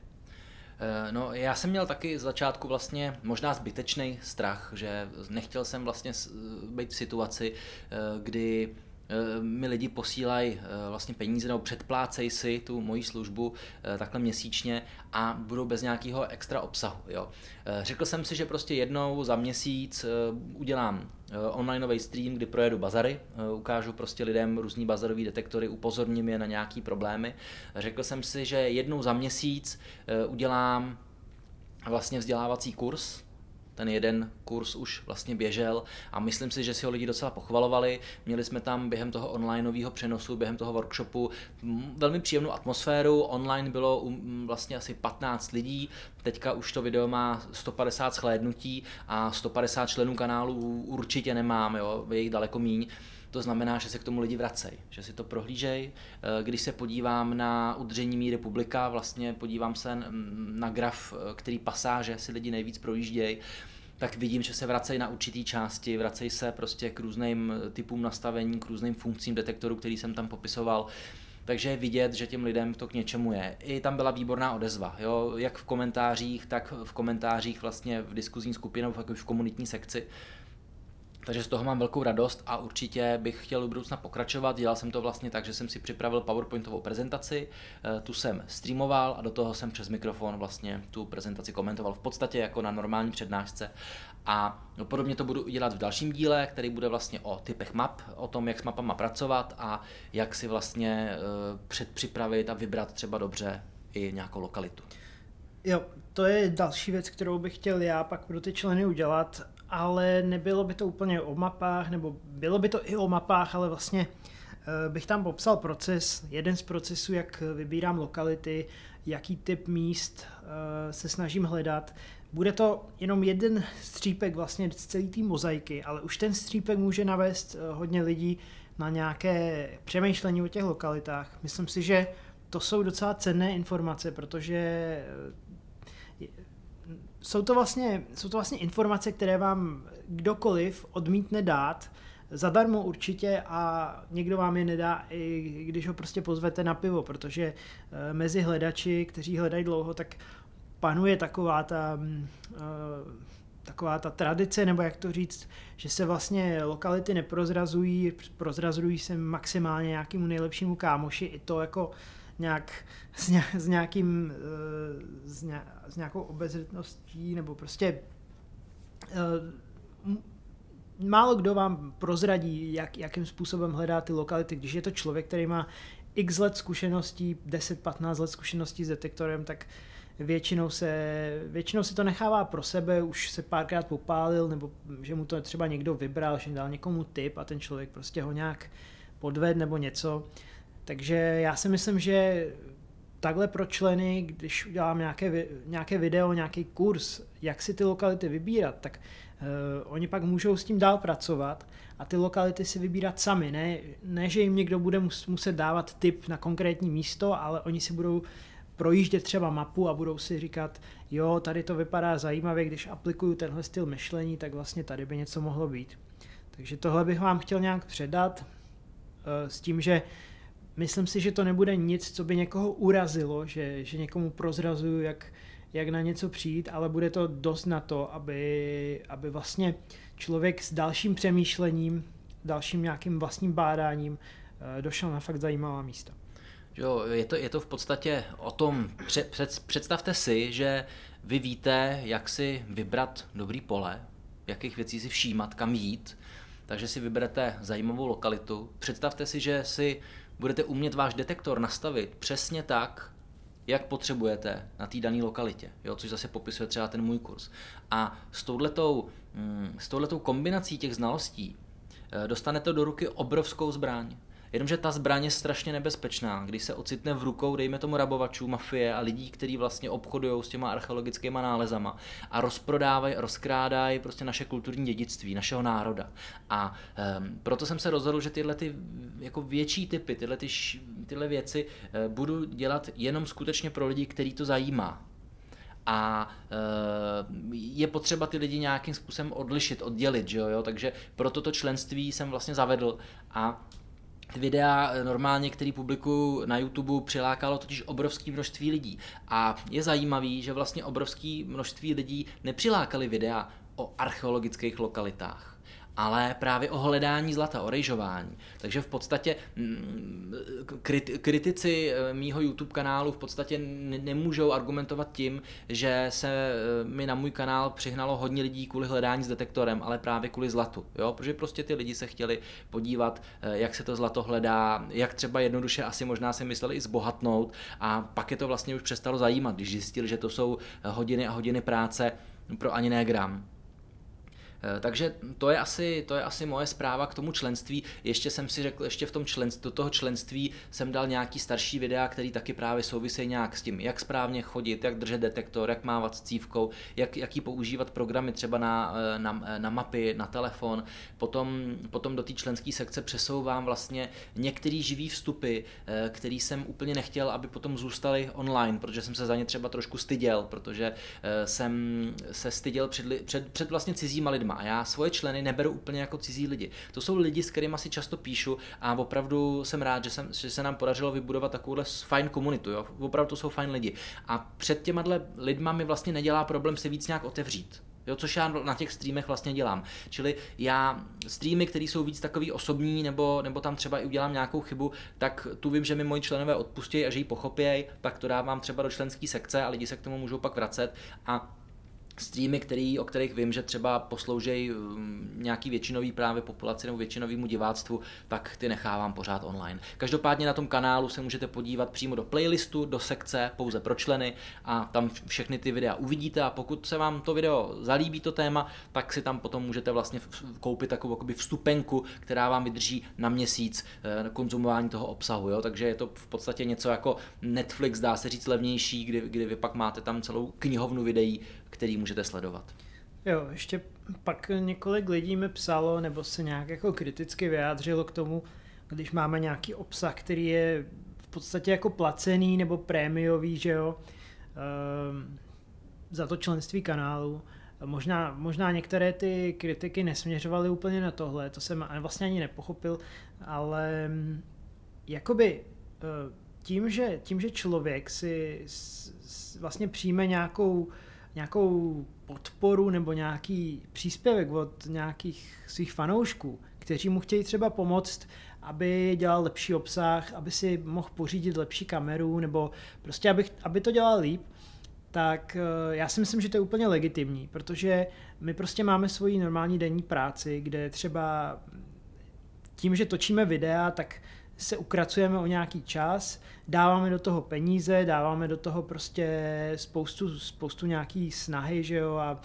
Speaker 2: No, já jsem měl taky z začátku vlastně možná zbytečný strach, že nechtěl jsem vlastně být v situaci, kdy mi lidi posílají vlastně peníze nebo předplácejí si tu moji službu takhle měsíčně a budou bez nějakého extra obsahu. Jo. Řekl jsem si, že prostě jednou za měsíc udělám onlineový stream, kdy projedu bazary, ukážu prostě lidem různý bazarový detektory, upozorním je na nějaký problémy. Řekl jsem si, že jednou za měsíc udělám vlastně vzdělávací kurz. Ten jeden kurz už vlastně běžel a myslím si, že si ho lidi docela pochvalovali. Měli jsme tam během toho onlineového přenosu, během toho workshopu velmi příjemnou atmosféru. Online bylo vlastně asi 15 lidí, teďka už to video má 150 shlédnutí a 150 členů kanálu určitě nemám, jo, je jich daleko míň. To znamená, že se k tomu lidi vracejí, že si to prohlížejí. Když se podívám na udržení míry publika, vlastně podívám se na graf, který pasáže si lidi nejvíc projíždějí, tak vidím, že se vracejí na určitý části, vracejí se prostě k různým typům nastavení, k různým funkcím detektoru, který jsem tam popisoval. Takže je vidět, že těm lidem to k něčemu je. I tam byla výborná odezva, jo? Jak v komentářích, tak v komentářích vlastně v diskuzní skupině, jako v komunitní sekci. Takže z toho mám velkou radost a určitě bych chtěl do budoucna pokračovat. Dělal jsem to vlastně tak, že jsem si připravil PowerPointovou prezentaci, tu jsem streamoval a do toho jsem přes mikrofon vlastně tu prezentaci komentoval v podstatě jako na normální přednášce. A podobně to budu dělat v dalším díle, který bude vlastně o typech map, o tom, jak s mapama pracovat a jak si vlastně předpřipravit a vybrat třeba dobře i nějakou lokalitu.
Speaker 1: Jo, to je další věc, kterou bych chtěl já pak pro ty členy udělat, ale nebylo by to úplně o mapách, nebo bylo by to i o mapách, ale vlastně bych tam popsal proces, jeden z procesů, jak vybírám lokality, jaký typ míst se snažím hledat. Bude to jenom jeden střípek vlastně z celé té mozaiky, ale už ten střípek může navést hodně lidí na nějaké přemýšlení o těch lokalitách. Myslím si, že to jsou docela cenné informace, protože jsou to vlastně informace, které vám kdokoliv odmítne dát, zadarmo určitě a někdo vám je nedá, i když ho prostě pozvete na pivo, protože mezi hledači, kteří hledají dlouho, tak panuje taková ta tradice, nebo jak to říct, že se vlastně lokality neprozrazují, prozrazují se maximálně nějakému nejlepšímu kámoši, i to jako nějak s nějakou obezřetností, nebo prostě málo kdo vám prozradí, jakým způsobem hledá ty lokality, když je to člověk, který má x let zkušeností, 10-15 let zkušeností s detektorem, tak většinou se to nechává pro sebe, už se párkrát popálil, nebo že mu to třeba někdo vybral, že dal někomu tip a ten člověk prostě ho nějak podved nebo něco. Takže já si myslím, že takhle pro členy, když udělám nějaké video, nějaký kurz, jak si ty lokality vybírat, tak oni pak můžou s tím dál pracovat a ty lokality si vybírat sami. Ne že jim někdo bude muset dávat tip na konkrétní místo, ale oni si budou projíždět třeba mapu a budou si říkat, jo, tady to vypadá zajímavě, když aplikuju tenhle styl myšlení, tak vlastně tady by něco mohlo být. Takže tohle bych vám chtěl nějak předat s tím, že myslím si, že to nebude nic, co by někoho urazilo, že někomu prozrazuju, jak na něco přijít, ale bude to dost na to, aby vlastně člověk s dalším přemýšlením, dalším nějakým vlastním bádáním došel na fakt zajímavá místa.
Speaker 2: Jo, je to v podstatě o tom, představte si, že vy víte, jak si vybrat dobrý pole, jakých věcí si všímat, kam jít, takže si vyberete zajímavou lokalitu. Představte si, že si budete umět váš detektor nastavit přesně tak, jak potřebujete na té dané lokalitě, jo, což zase popisuje třeba ten můj kurz. A s touhletou kombinací těch znalostí dostanete do ruky obrovskou zbraň. Jenomže ta zbraň je strašně nebezpečná, když se ocitne v rukou, dejme tomu rabovačů, mafie a lidí, kteří vlastně obchodují s těma archeologickýma nálezama a rozkrádají prostě naše kulturní dědictví, našeho národa. A proto jsem se rozhodl, že tyhle ty jako větší typy, tyhle věci budu dělat jenom skutečně pro lidi, který to zajímá. A je potřeba ty lidi nějakým způsobem oddělit, že jo? Takže proto to členství jsem vlastně zavedl a videa normálně, který publikuju na YouTube, přilákalo totiž obrovské množství lidí. A je zajímavý, že vlastně obrovské množství lidí nepřilákali videa o archeologických lokalitách, ale právě o hledání zlata, o rejžování. Takže v podstatě kritici mýho YouTube kanálu v podstatě nemůžou argumentovat tím, že se mi na můj kanál přihnalo hodně lidí kvůli hledání s detektorem, ale právě kvůli zlatu. Jo? Protože prostě ty lidi se chtěli podívat, jak se to zlato hledá, jak třeba jednoduše asi možná si mysleli i zbohatnout a pak je to vlastně už přestalo zajímat, když zjistili, že to jsou hodiny a hodiny práce pro ani ne gram. Takže to je asi moje zpráva k tomu členství. Ještě jsem si řekl, do toho členství jsem dal nějaký starší videa, který taky právě souvisejí nějak s tím, jak správně chodit, jak držet detektor, jak mávat s cívkou, jaký používat programy třeba na mapy, na telefon. Potom do té členské sekce přesouvám vlastně některé živý vstupy, který jsem úplně nechtěl, aby potom zůstaly online, protože jsem se za ně třeba trošku styděl, protože jsem se styděl před vlastně cizíma lidma. A já svoje členy neberu úplně jako cizí lidi. To jsou lidi, s kterými si často píšu a opravdu jsem rád, že se nám podařilo vybudovat takovouhle fajn komunitu. Jo? Opravdu to jsou fajn lidi. A před těma lidma mi vlastně nedělá problém se víc nějak otevřít. Jo, což já na těch streamech vlastně dělám. Čili já streamy, které jsou víc takový osobní, nebo tam třeba i udělám nějakou chybu, tak tu vím, že mi moji členové odpustějí a že ji pochopějí, tak to dávám třeba do členské sekce a lidi se k tomu můžou pak vracet. A streamy, o kterých vím, že třeba posloužejí nějaký většinový právě populaci nebo většinovému diváctvu, tak ty nechávám pořád online. Každopádně na tom kanálu se můžete podívat přímo do playlistu, do sekce pouze pro členy a tam všechny ty videa uvidíte a pokud se vám to video zalíbí, to téma, tak si tam potom můžete vlastně koupit takovou vstupenku, která vám vydrží na měsíc konzumování toho obsahu. Jo? Takže je to v podstatě něco jako Netflix, dá se říct levnější, kdy vy pak máte tam celou knihovnu videí, který můžete sledovat.
Speaker 1: Jo, ještě pak několik lidí mi psalo, nebo se nějak jako kriticky vyjádřilo k tomu, když máme nějaký obsah, který je v podstatě jako placený nebo prémiový, že jo, za to členství kanálu. Možná některé ty kritiky nesměřovaly úplně na tohle, to jsem vlastně ani nepochopil, ale jakoby tím, že člověk si vlastně přijme nějakou podporu nebo nějaký příspěvek od nějakých svých fanoušků, kteří mu chtějí třeba pomoct, aby dělal lepší obsah, aby si mohl pořídit lepší kameru nebo prostě aby to dělal líp, tak já si myslím, že to je úplně legitimní, protože my prostě máme svoji normální denní práci, kde třeba tím, že točíme videa, tak se ukracujeme o nějaký čas, dáváme do toho peníze, dáváme do toho prostě spoustu nějaký snahy, že jo, a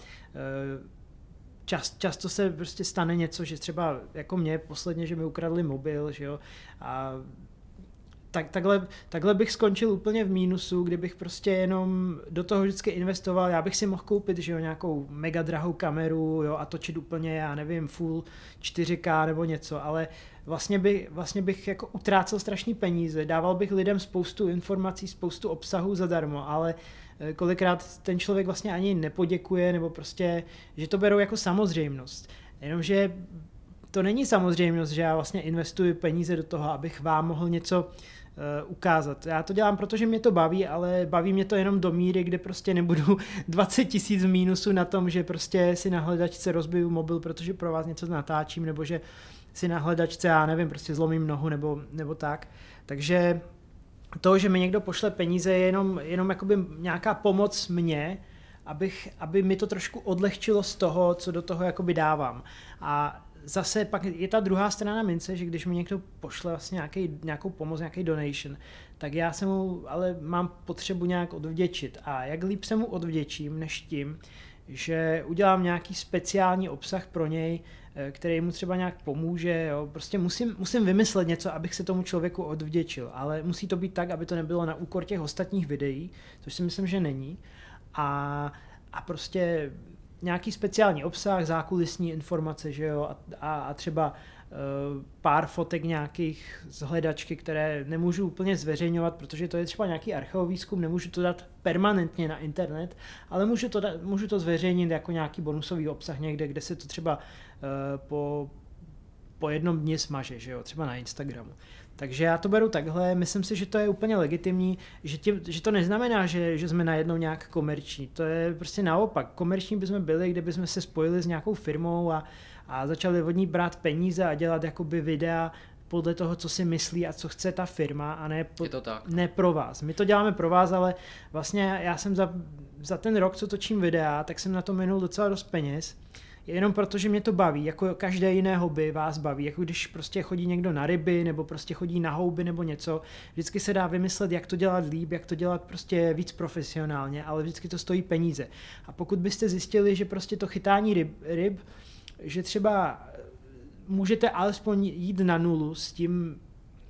Speaker 1: často se prostě stane něco, že třeba jako mě posledně, že mi ukradli mobil, že jo, a takhle bych skončil úplně v mínusu, kdybych prostě jenom do toho vždycky investoval. Já bych si mohl koupit, že jo, nějakou mega drahou kameru, jo, a točit úplně, já nevím, full 4K nebo něco, ale vlastně bych jako utrácel strašný peníze, dával bych lidem spoustu informací, spoustu obsahu zadarmo, ale kolikrát ten člověk vlastně ani nepoděkuje, nebo prostě, že to berou jako samozřejmost. Jenomže to není samozřejmost, že já vlastně investuji peníze do toho, abych vám mohl něco ukázat. Já to dělám, protože mě to baví, ale baví mě to jenom do míry, kde prostě nebudu 20 000 v mínusu na tom, že prostě si na hledačce rozbiju mobil, protože pro vás něco natáčím, nebo že si na hledačce, já nevím, prostě zlomím nohu nebo tak. Takže to, že mi někdo pošle peníze, je jenom jakoby nějaká pomoc mně, aby mi to trošku odlehčilo z toho, co do toho jakoby dávám. A zase pak je ta druhá strana mince, že když mi někdo pošle vlastně nějakou pomoc, nějaký donation, tak já se mu ale mám potřebu nějak odvděčit. A jak líp se mu odvděčím, než tím, že udělám nějaký speciální obsah pro něj, který mu třeba nějak pomůže. Jo. Prostě musím vymyslet něco, abych se tomu člověku odvděčil, ale musí to být tak, aby to nebylo na úkor těch ostatních videí, což si myslím, že není. A prostě nějaký speciální obsah, zákulisní informace, že jo, a třeba pár fotek nějakých z hledačky, které nemůžu úplně zveřejňovat, protože to je třeba nějaký archeový výzkum, nemůžu to dát permanentně na internet, ale můžu to zveřejnit jako nějaký bonusový obsah někde, kde se to třeba po jednom dni smaže, že jo, třeba na Instagramu. Takže já to beru takhle, myslím si, že to je úplně legitimní, že to neznamená, že jsme najednou nějak komerční, to je prostě naopak. Komerční bychom byli, kdybychom se spojili s nějakou firmou a začali od ní brát peníze a dělat jakoby videa podle toho, co si myslí a co chce ta firma, a ne pro vás. My to děláme pro vás, ale vlastně já jsem za ten rok, co točím videa, tak jsem na to minul docela dost peněz. Jenom proto, že mě to baví, jako každé jiné hobby vás baví, jako když prostě chodí někdo na ryby, nebo prostě chodí na houby nebo něco, vždycky se dá vymyslet, jak to dělat líp, jak to dělat prostě víc profesionálně, ale vždycky to stojí peníze. A pokud byste zjistili, že prostě to chytání ryb, že třeba můžete alespoň jít na nulu s tím,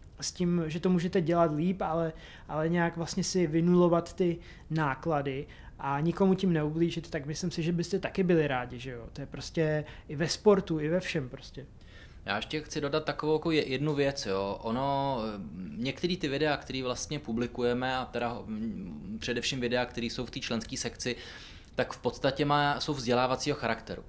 Speaker 1: že to můžete dělat líp, ale nějak vlastně si vynulovat ty náklady a nikomu tím neublížit, tak myslím si, že byste taky byli rádi, že jo. To je prostě i ve sportu, i ve všem prostě.
Speaker 2: Já ještě chci dodat takovou jako jednu věc, jo. Některé ty videa, které vlastně publikujeme, a teda především videa, které jsou v té členské sekci, tak v podstatě jsou vzdělávacího charakteru.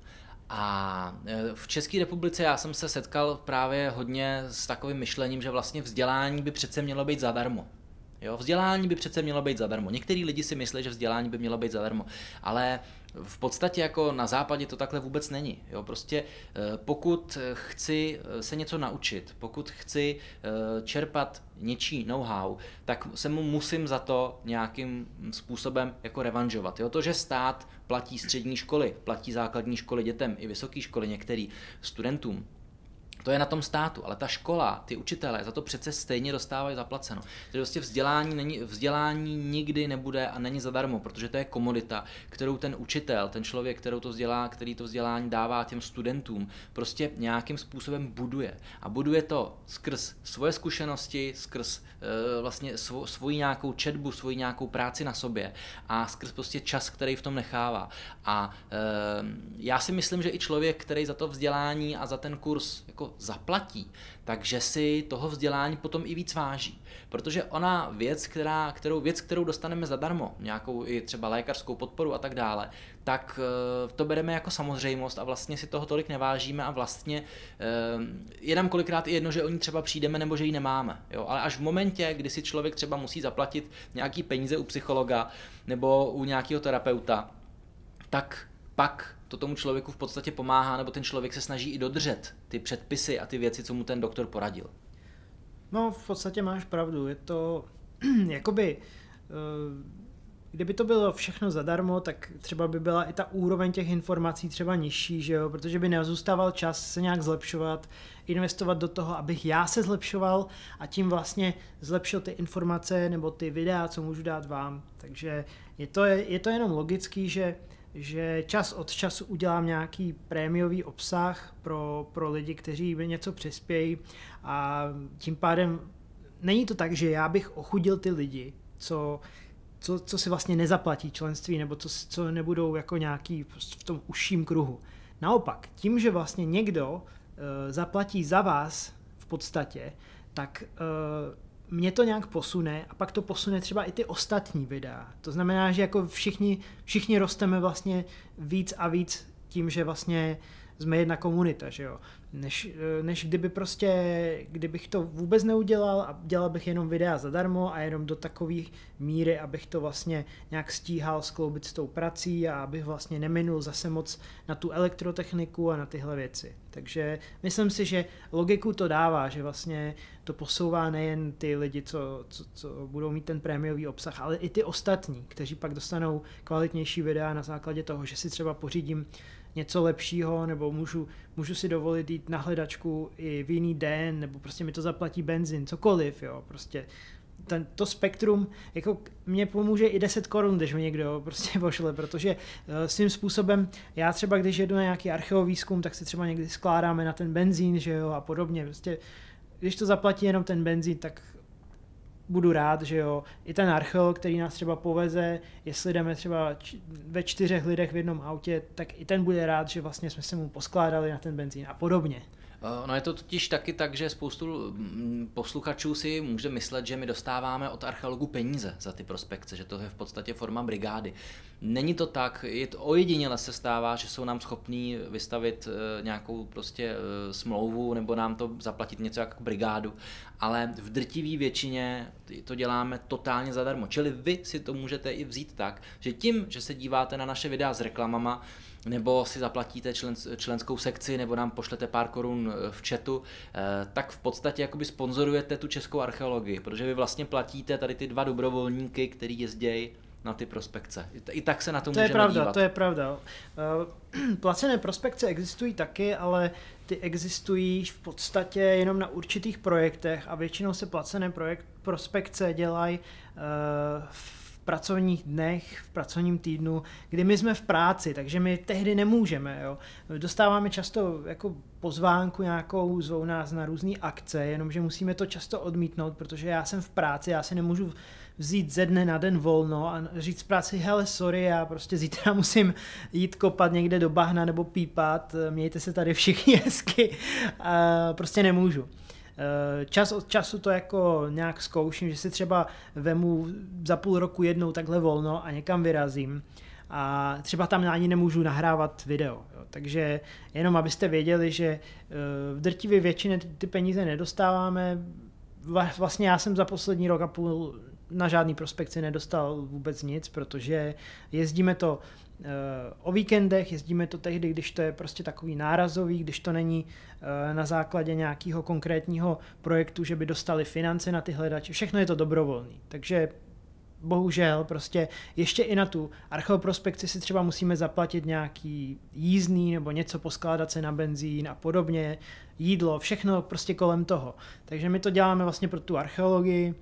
Speaker 2: A v České republice já jsem se setkal právě hodně s takovým myšlením, že vlastně vzdělání by přece mělo být zadarmo. Jo, vzdělání by přece mělo být zadarmo. Některý lidi si myslí, že vzdělání by mělo být zadarmo, ale v podstatě jako na západě to takhle vůbec není. Jo, prostě pokud chci se něco naučit, pokud chci čerpat něčí know-how, tak se mu musím za to nějakým způsobem jako revanžovat. Jo, to, že stát platí střední školy, platí základní školy dětem i vysoké školy některým studentům, to je na tom státu, ale ta škola, ty učitelé za to přece stejně dostávají zaplaceno. Takže prostě vzdělání nikdy nebude a není zadarmo, protože to je komodita, kterou ten učitel, ten člověk, který to vzdělání dává těm studentům, prostě nějakým způsobem buduje. A buduje to skrz svoje zkušenosti, skrz vlastně svoji nějakou četbu, svoji nějakou práci na sobě a skrz prostě čas, který v tom nechává. A já si myslím, že i člověk, který za to vzdělání a za ten kurz jako zaplatí, takže si toho vzdělání potom i víc váží. Protože ona věc, kterou dostaneme zadarmo, nějakou i třeba lékařskou podporu a tak dále, tak to bereme jako samozřejmost a vlastně si toho tolik nevážíme a vlastně je nám kolikrát i jedno, že o ní třeba přijdeme nebo že ji nemáme. Jo? Ale až v momentě, kdy si člověk třeba musí zaplatit nějaký peníze u psychologa nebo u nějakého terapeuta, tak pak to tomu člověku v podstatě pomáhá, nebo ten člověk se snaží i dodržet ty předpisy a ty věci, co mu ten doktor poradil.
Speaker 1: No, v podstatě máš pravdu. Je to jakoby kdyby to bylo všechno zadarmo, tak třeba by byla i ta úroveň těch informací třeba nižší, že jo, protože by nezůstával čas se nějak zlepšovat, investovat do toho, abych já se zlepšoval a tím vlastně zlepšil ty informace nebo ty videa, co můžu dát vám. Takže je to jenom logický, že čas od času udělám nějaký prémiový obsah pro lidi, kteří by něco přispějí a tím pádem není to tak, že já bych ochudil ty lidi, co si vlastně nezaplatí členství nebo co nebudou jako nějaký v tom užším kruhu. Naopak, tím, že vlastně někdo zaplatí za vás v podstatě, tak mě to nějak posune a pak to posune třeba i ty ostatní videa. To znamená, že jako všichni rosteme vlastně víc a víc tím, že vlastně jsme jedna komunita, že jo. Než kdybych to vůbec neudělal a dělal bych jenom videa zadarmo a jenom do takové míry, abych to vlastně nějak stíhal skloubit s tou prací a abych vlastně neminul zase moc na tu elektrotechniku a na tyhle věci. Takže myslím si, že logiku to dává, že vlastně to posouvá nejen ty lidi, co budou mít ten prémiový obsah, ale i ty ostatní, kteří pak dostanou kvalitnější videa na základě toho, že si třeba pořídím něco lepšího, nebo můžu si dovolit jít na hledačku i v jiný den, nebo prostě mi to zaplatí benzín, cokoliv, jo, prostě to spektrum, jako mě pomůže i 10 korun, když mi někdo prostě pošle, protože svým způsobem, já třeba když jedu na nějaký archeovýzkum, tak si třeba někdy skládáme na ten benzín, že jo, a podobně, prostě když to zaplatí jenom ten benzín, tak budu rád, že jo, i ten archeolog, který nás třeba poveze, jestli jdeme třeba ve 4 lidech v jednom autě, tak i ten bude rád, že vlastně jsme se mu poskládali na ten benzín a podobně.
Speaker 2: No je to totiž taky tak, že spoustu posluchačů si může myslet, že my dostáváme od archeologů peníze za ty prospekce, že to je v podstatě forma brigády. Není to tak, ojediněle se stává, že jsou nám schopní vystavit nějakou prostě smlouvu nebo nám to zaplatit něco jako brigádu, ale v drtivé většině to děláme totálně zadarmo. Čili vy si to můžete i vzít tak, že tím, že se díváte na naše videa s reklamama, nebo si zaplatíte členskou sekci, nebo nám pošlete pár korun v chatu, tak v podstatě jakoby sponzorujete tu českou archeologii, protože vy vlastně platíte tady ty 2 dobrovolníky, který jezdí na ty prospekce. I tak se na to můžeme dívat.
Speaker 1: To je pravda. Placené prospekce existují taky, ale ty existují v podstatě jenom na určitých projektech a většinou se placené prospekce dělají v pracovních dnech, v pracovním týdnu, kdy my jsme v práci, takže my tehdy nemůžeme. Jo. Dostáváme často jako pozvánku nějakou, zvou nás na různé akce, jenomže musíme to často odmítnout, protože já jsem v práci, já si nemůžu vzít ze dne na den volno a říct v práci, hele, sorry, já prostě zítra musím jít kopat někde do bahna nebo pípat, mějte se tady všichni hezky, prostě nemůžu. Čas od času to jako nějak zkouším, že si třeba vemu za půl roku jednou takhle volno a někam vyrazím a třeba tam ani nemůžu nahrávat video. Jo. Takže jenom abyste věděli, že v drtivé většině ty peníze nedostáváme. Vlastně já jsem za poslední rok a půl na žádný prospekci nedostal vůbec nic, protože jezdíme to o víkendech, jezdíme to tehdy, když to je prostě takový nárazový, když to není na základě nějakého konkrétního projektu, že by dostali finance na ty hledače, všechno je to dobrovolný, takže bohužel prostě ještě i na tu archeoprospekci si třeba musíme zaplatit nějaký jízdný nebo něco, poskládat se na benzín a podobně, jídlo, všechno prostě kolem toho, takže my to děláme vlastně pro tu archeologii.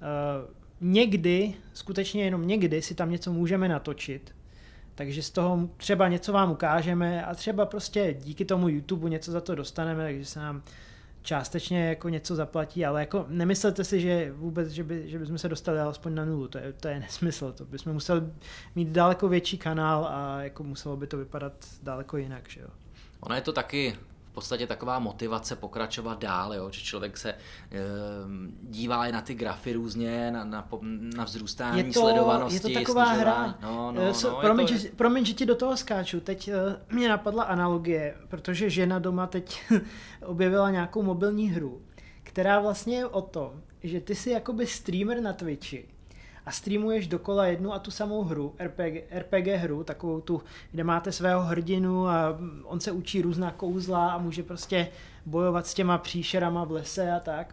Speaker 1: Někdy, skutečně jenom někdy si tam něco můžeme natočit, takže z toho třeba něco vám ukážeme a třeba prostě díky tomu YouTube něco za to dostaneme, takže se nám částečně jako něco zaplatí, ale jako nemyslete si, že vůbec, že bychom se dostali alespoň na nulu, to je nesmysl, to bychom museli mít daleko větší kanál a jako muselo by to vypadat daleko jinak, že jo.
Speaker 2: Ono je to taky v podstatě taková motivace pokračovat dál, jo? Že člověk se dívá i na ty grafy různě, na vzrůstání sledovanosti.
Speaker 1: Je to taková hra. Promiň, že ti do toho skáču. Teď mě napadla analogie, protože žena doma teď objevila nějakou mobilní hru, která vlastně je o tom, že ty jsi jakoby streamer na Twitchi a streamuješ dokola jednu a tu samou hru, RPG hru, takovou tu, kde máte svého hrdinu a on se učí různá kouzla a může prostě bojovat s těma příšerama v lese a tak.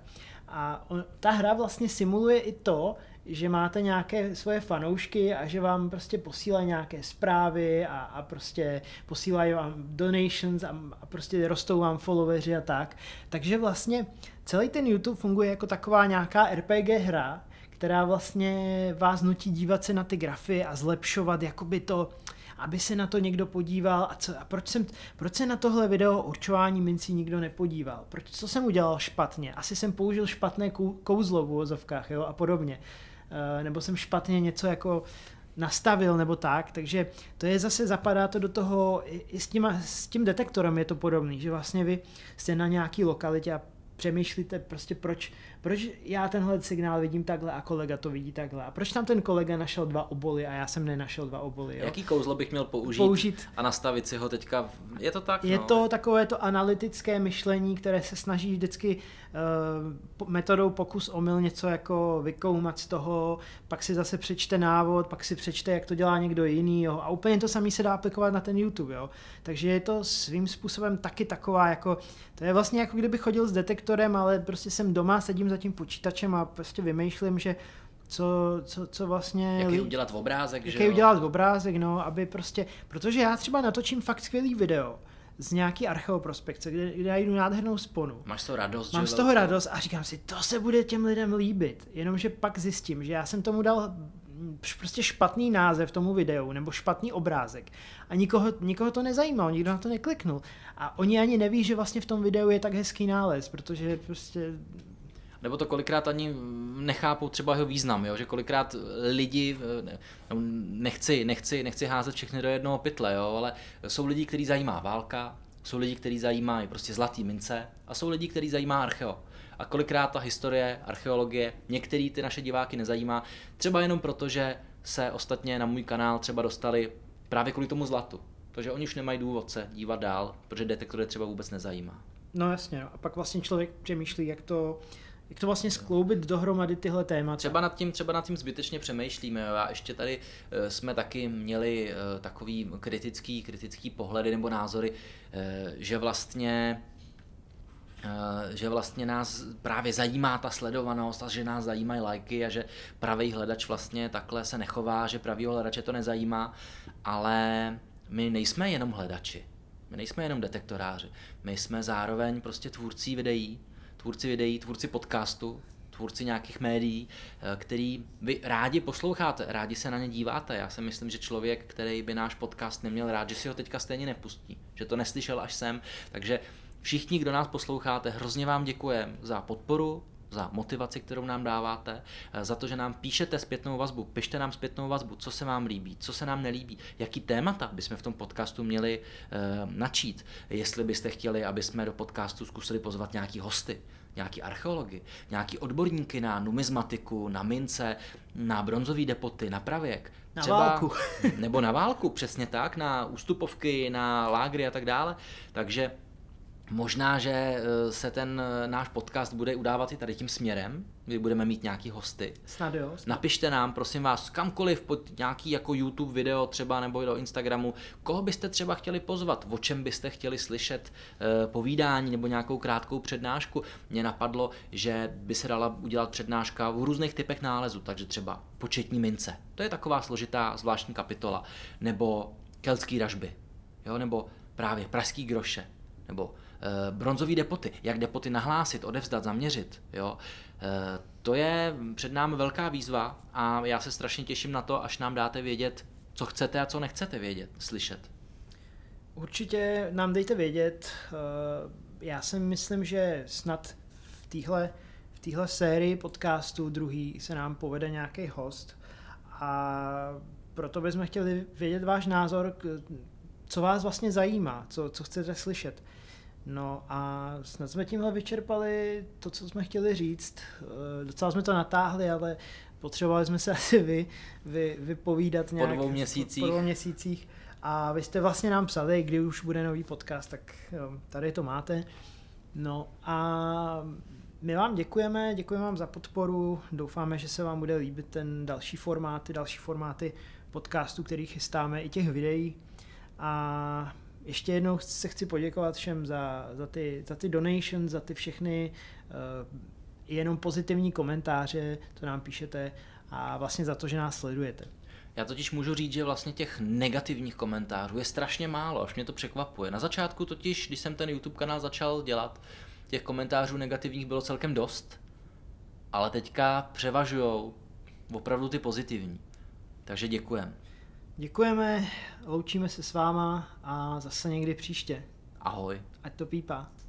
Speaker 1: A ta hra vlastně simuluje i to, že máte nějaké svoje fanoušky a že vám prostě posílají nějaké zprávy a prostě posílají vám donations a prostě rostou vám followeři a tak. Takže vlastně celý ten YouTube funguje jako taková nějaká RPG hra, která vlastně vás nutí dívat se na ty grafy a zlepšovat jakoby to, aby se na to někdo podíval a proč se na tohle video určování mincí nikdo nepodíval, co jsem udělal špatně, asi jsem použil špatné kouzlo v uvozovkách, jo, a podobně, nebo jsem špatně něco jako nastavil nebo tak, takže to je zase, zapadá to do toho, i s tím detektorem je to podobný, že vlastně vy jste na nějaký lokalitě a přemýšlíte prostě proč já tenhle signál vidím takhle a kolega to vidí takhle a proč tam ten kolega našel 2 oboly a já jsem nenašel 2 oboly. Jo?
Speaker 2: Jaký kouzlo bych měl použít a nastavit si ho teďka, je to tak?
Speaker 1: Je to takové to analytické myšlení, které se snaží vždycky metodou pokus omyl něco jako vykoumat z toho, pak si zase přečte návod, pak si přečte, jak to dělá někdo jiný, jo? A úplně to samé se dá aplikovat na ten YouTube, jo? Takže je to svým způsobem taky taková jako, to je vlastně jako kdyby chodil s detektorem, ale prostě jsem doma, sedím za tím počítačem a prostě vymýšlím, že co vlastně...
Speaker 2: Jaký udělat obrázek,
Speaker 1: že jo? Udělat obrázek, no, aby prostě, protože já třeba natočím fakt skvělý video z nějaký archeoprospekce, kde já jdu nádhernou sponu.
Speaker 2: Máš z toho radost,
Speaker 1: Mám z toho radost a říkám si, to se bude těm lidem líbit, jenomže pak zjistím, že já jsem tomu dal prostě špatný název tomu videu, nebo špatný obrázek a nikoho to nezajímalo, nikdo na to nekliknul a oni ani neví, že vlastně v tom videu je tak hezký nález, protože prostě...
Speaker 2: Nebo to kolikrát ani nechápou třeba jeho význam, jo? Že kolikrát lidi, nechci házet všechny do jednoho pytle, jo? Ale jsou lidi, který zajímá válka, jsou lidi, který zajímají prostě zlatý mince a jsou lidi, který zajímá archeo. A kolikrát ta historie, archeologie, některý ty naše diváky nezajímá, třeba jenom proto, že se ostatně na můj kanál třeba dostali právě kvůli tomu zlatu. Protože oni už nemají důvod se dívat dál, protože detektor je třeba vůbec nezajímá.
Speaker 1: No jasně, no. A pak vlastně člověk přemýšlí, jak to vlastně skloubit dohromady tyhle témata.
Speaker 2: Třeba nad tím zbytečně přemýšlíme. Jo. A ještě tady jsme taky měli takový kritický pohledy nebo názory, že vlastně nás právě zajímá ta sledovanost a že nás zajímají lajky a že pravý hledač vlastně takhle se nechová, že pravýho hledače to nezajímá, ale my nejsme jenom hledači, my nejsme jenom detektoráři, my jsme zároveň prostě tvůrci videí, tvůrci podcastu, tvůrci nějakých médií, který vy rádi posloucháte, rádi se na ně díváte. Já si myslím, že člověk, který by náš podcast neměl rád, že si ho teďka stejně nepustí, že to neslyšel až sem, takže všichni, kdo nás posloucháte, hrozně vám děkujeme za podporu, za motivaci, kterou nám dáváte, za to, že nám píšete zpětnou vazbu. Pište nám zpětnou vazbu, co se vám líbí, co se nám nelíbí, jaký témata bychom v tom podcastu měli načít. Jestli byste chtěli, aby jsme do podcastu zkusili pozvat nějaký hosty, nějaký archeology, nějaký odborníky na numizmatiku, na mince, na bronzové depoty, na pravěk.
Speaker 1: Na válku.
Speaker 2: Nebo na válku, přesně tak, na ústupovky, na lágry a tak dále. Takže možná, že se ten náš podcast bude udávat i tady tím směrem, kdy budeme mít nějaký hosty.
Speaker 1: Snad jo.
Speaker 2: Napište nám, prosím vás, kamkoliv pod nějaký jako YouTube video třeba nebo do Instagramu, koho byste třeba chtěli pozvat, o čem byste chtěli slyšet povídání nebo nějakou krátkou přednášku. Mně napadlo, že by se dala udělat přednáška v různých typech nálezů, takže třeba početní mince. To je taková složitá zvláštní kapitola. Nebo keltský ražby, jo? Nebo právě pražský groše, nebo bronzové depoty, jak depoty nahlásit, odevzdat, zaměřit. Jo? To je před námi velká výzva a já se strašně těším na to, až nám dáte vědět, co chcete a co nechcete vědět, slyšet.
Speaker 1: Určitě nám dejte vědět. Já si myslím, že snad v téhle sérii podcastů druhý se nám povede nějaký host a proto bychom chtěli vědět váš názor, co vás vlastně zajímá, co chcete slyšet. No a snad jsme tímhle vyčerpali to, co jsme chtěli říct. Docela jsme to natáhli, ale potřebovali jsme se asi vypovídat nějak
Speaker 2: po 2
Speaker 1: měsících. A vy jste vlastně nám psali, kdy už bude nový podcast, tak tady to máte. No a my vám děkujeme vám za podporu, doufáme, že se vám bude líbit ten další formáty podcastů, který chystáme, i těch videí. A ještě jednou se chci poděkovat všem za ty donations, za ty všechny jenom pozitivní komentáře, to nám píšete a vlastně za to, že nás sledujete.
Speaker 2: Já totiž můžu říct, že vlastně těch negativních komentářů je strašně málo, až mě to překvapuje. Na začátku totiž, když jsem ten YouTube kanál začal dělat, těch komentářů negativních bylo celkem dost, ale teďka převažujou opravdu ty pozitivní. Takže děkujeme.
Speaker 1: Děkujeme, loučíme se s váma a zase někdy příště.
Speaker 2: Ahoj.
Speaker 1: Ať to pípá.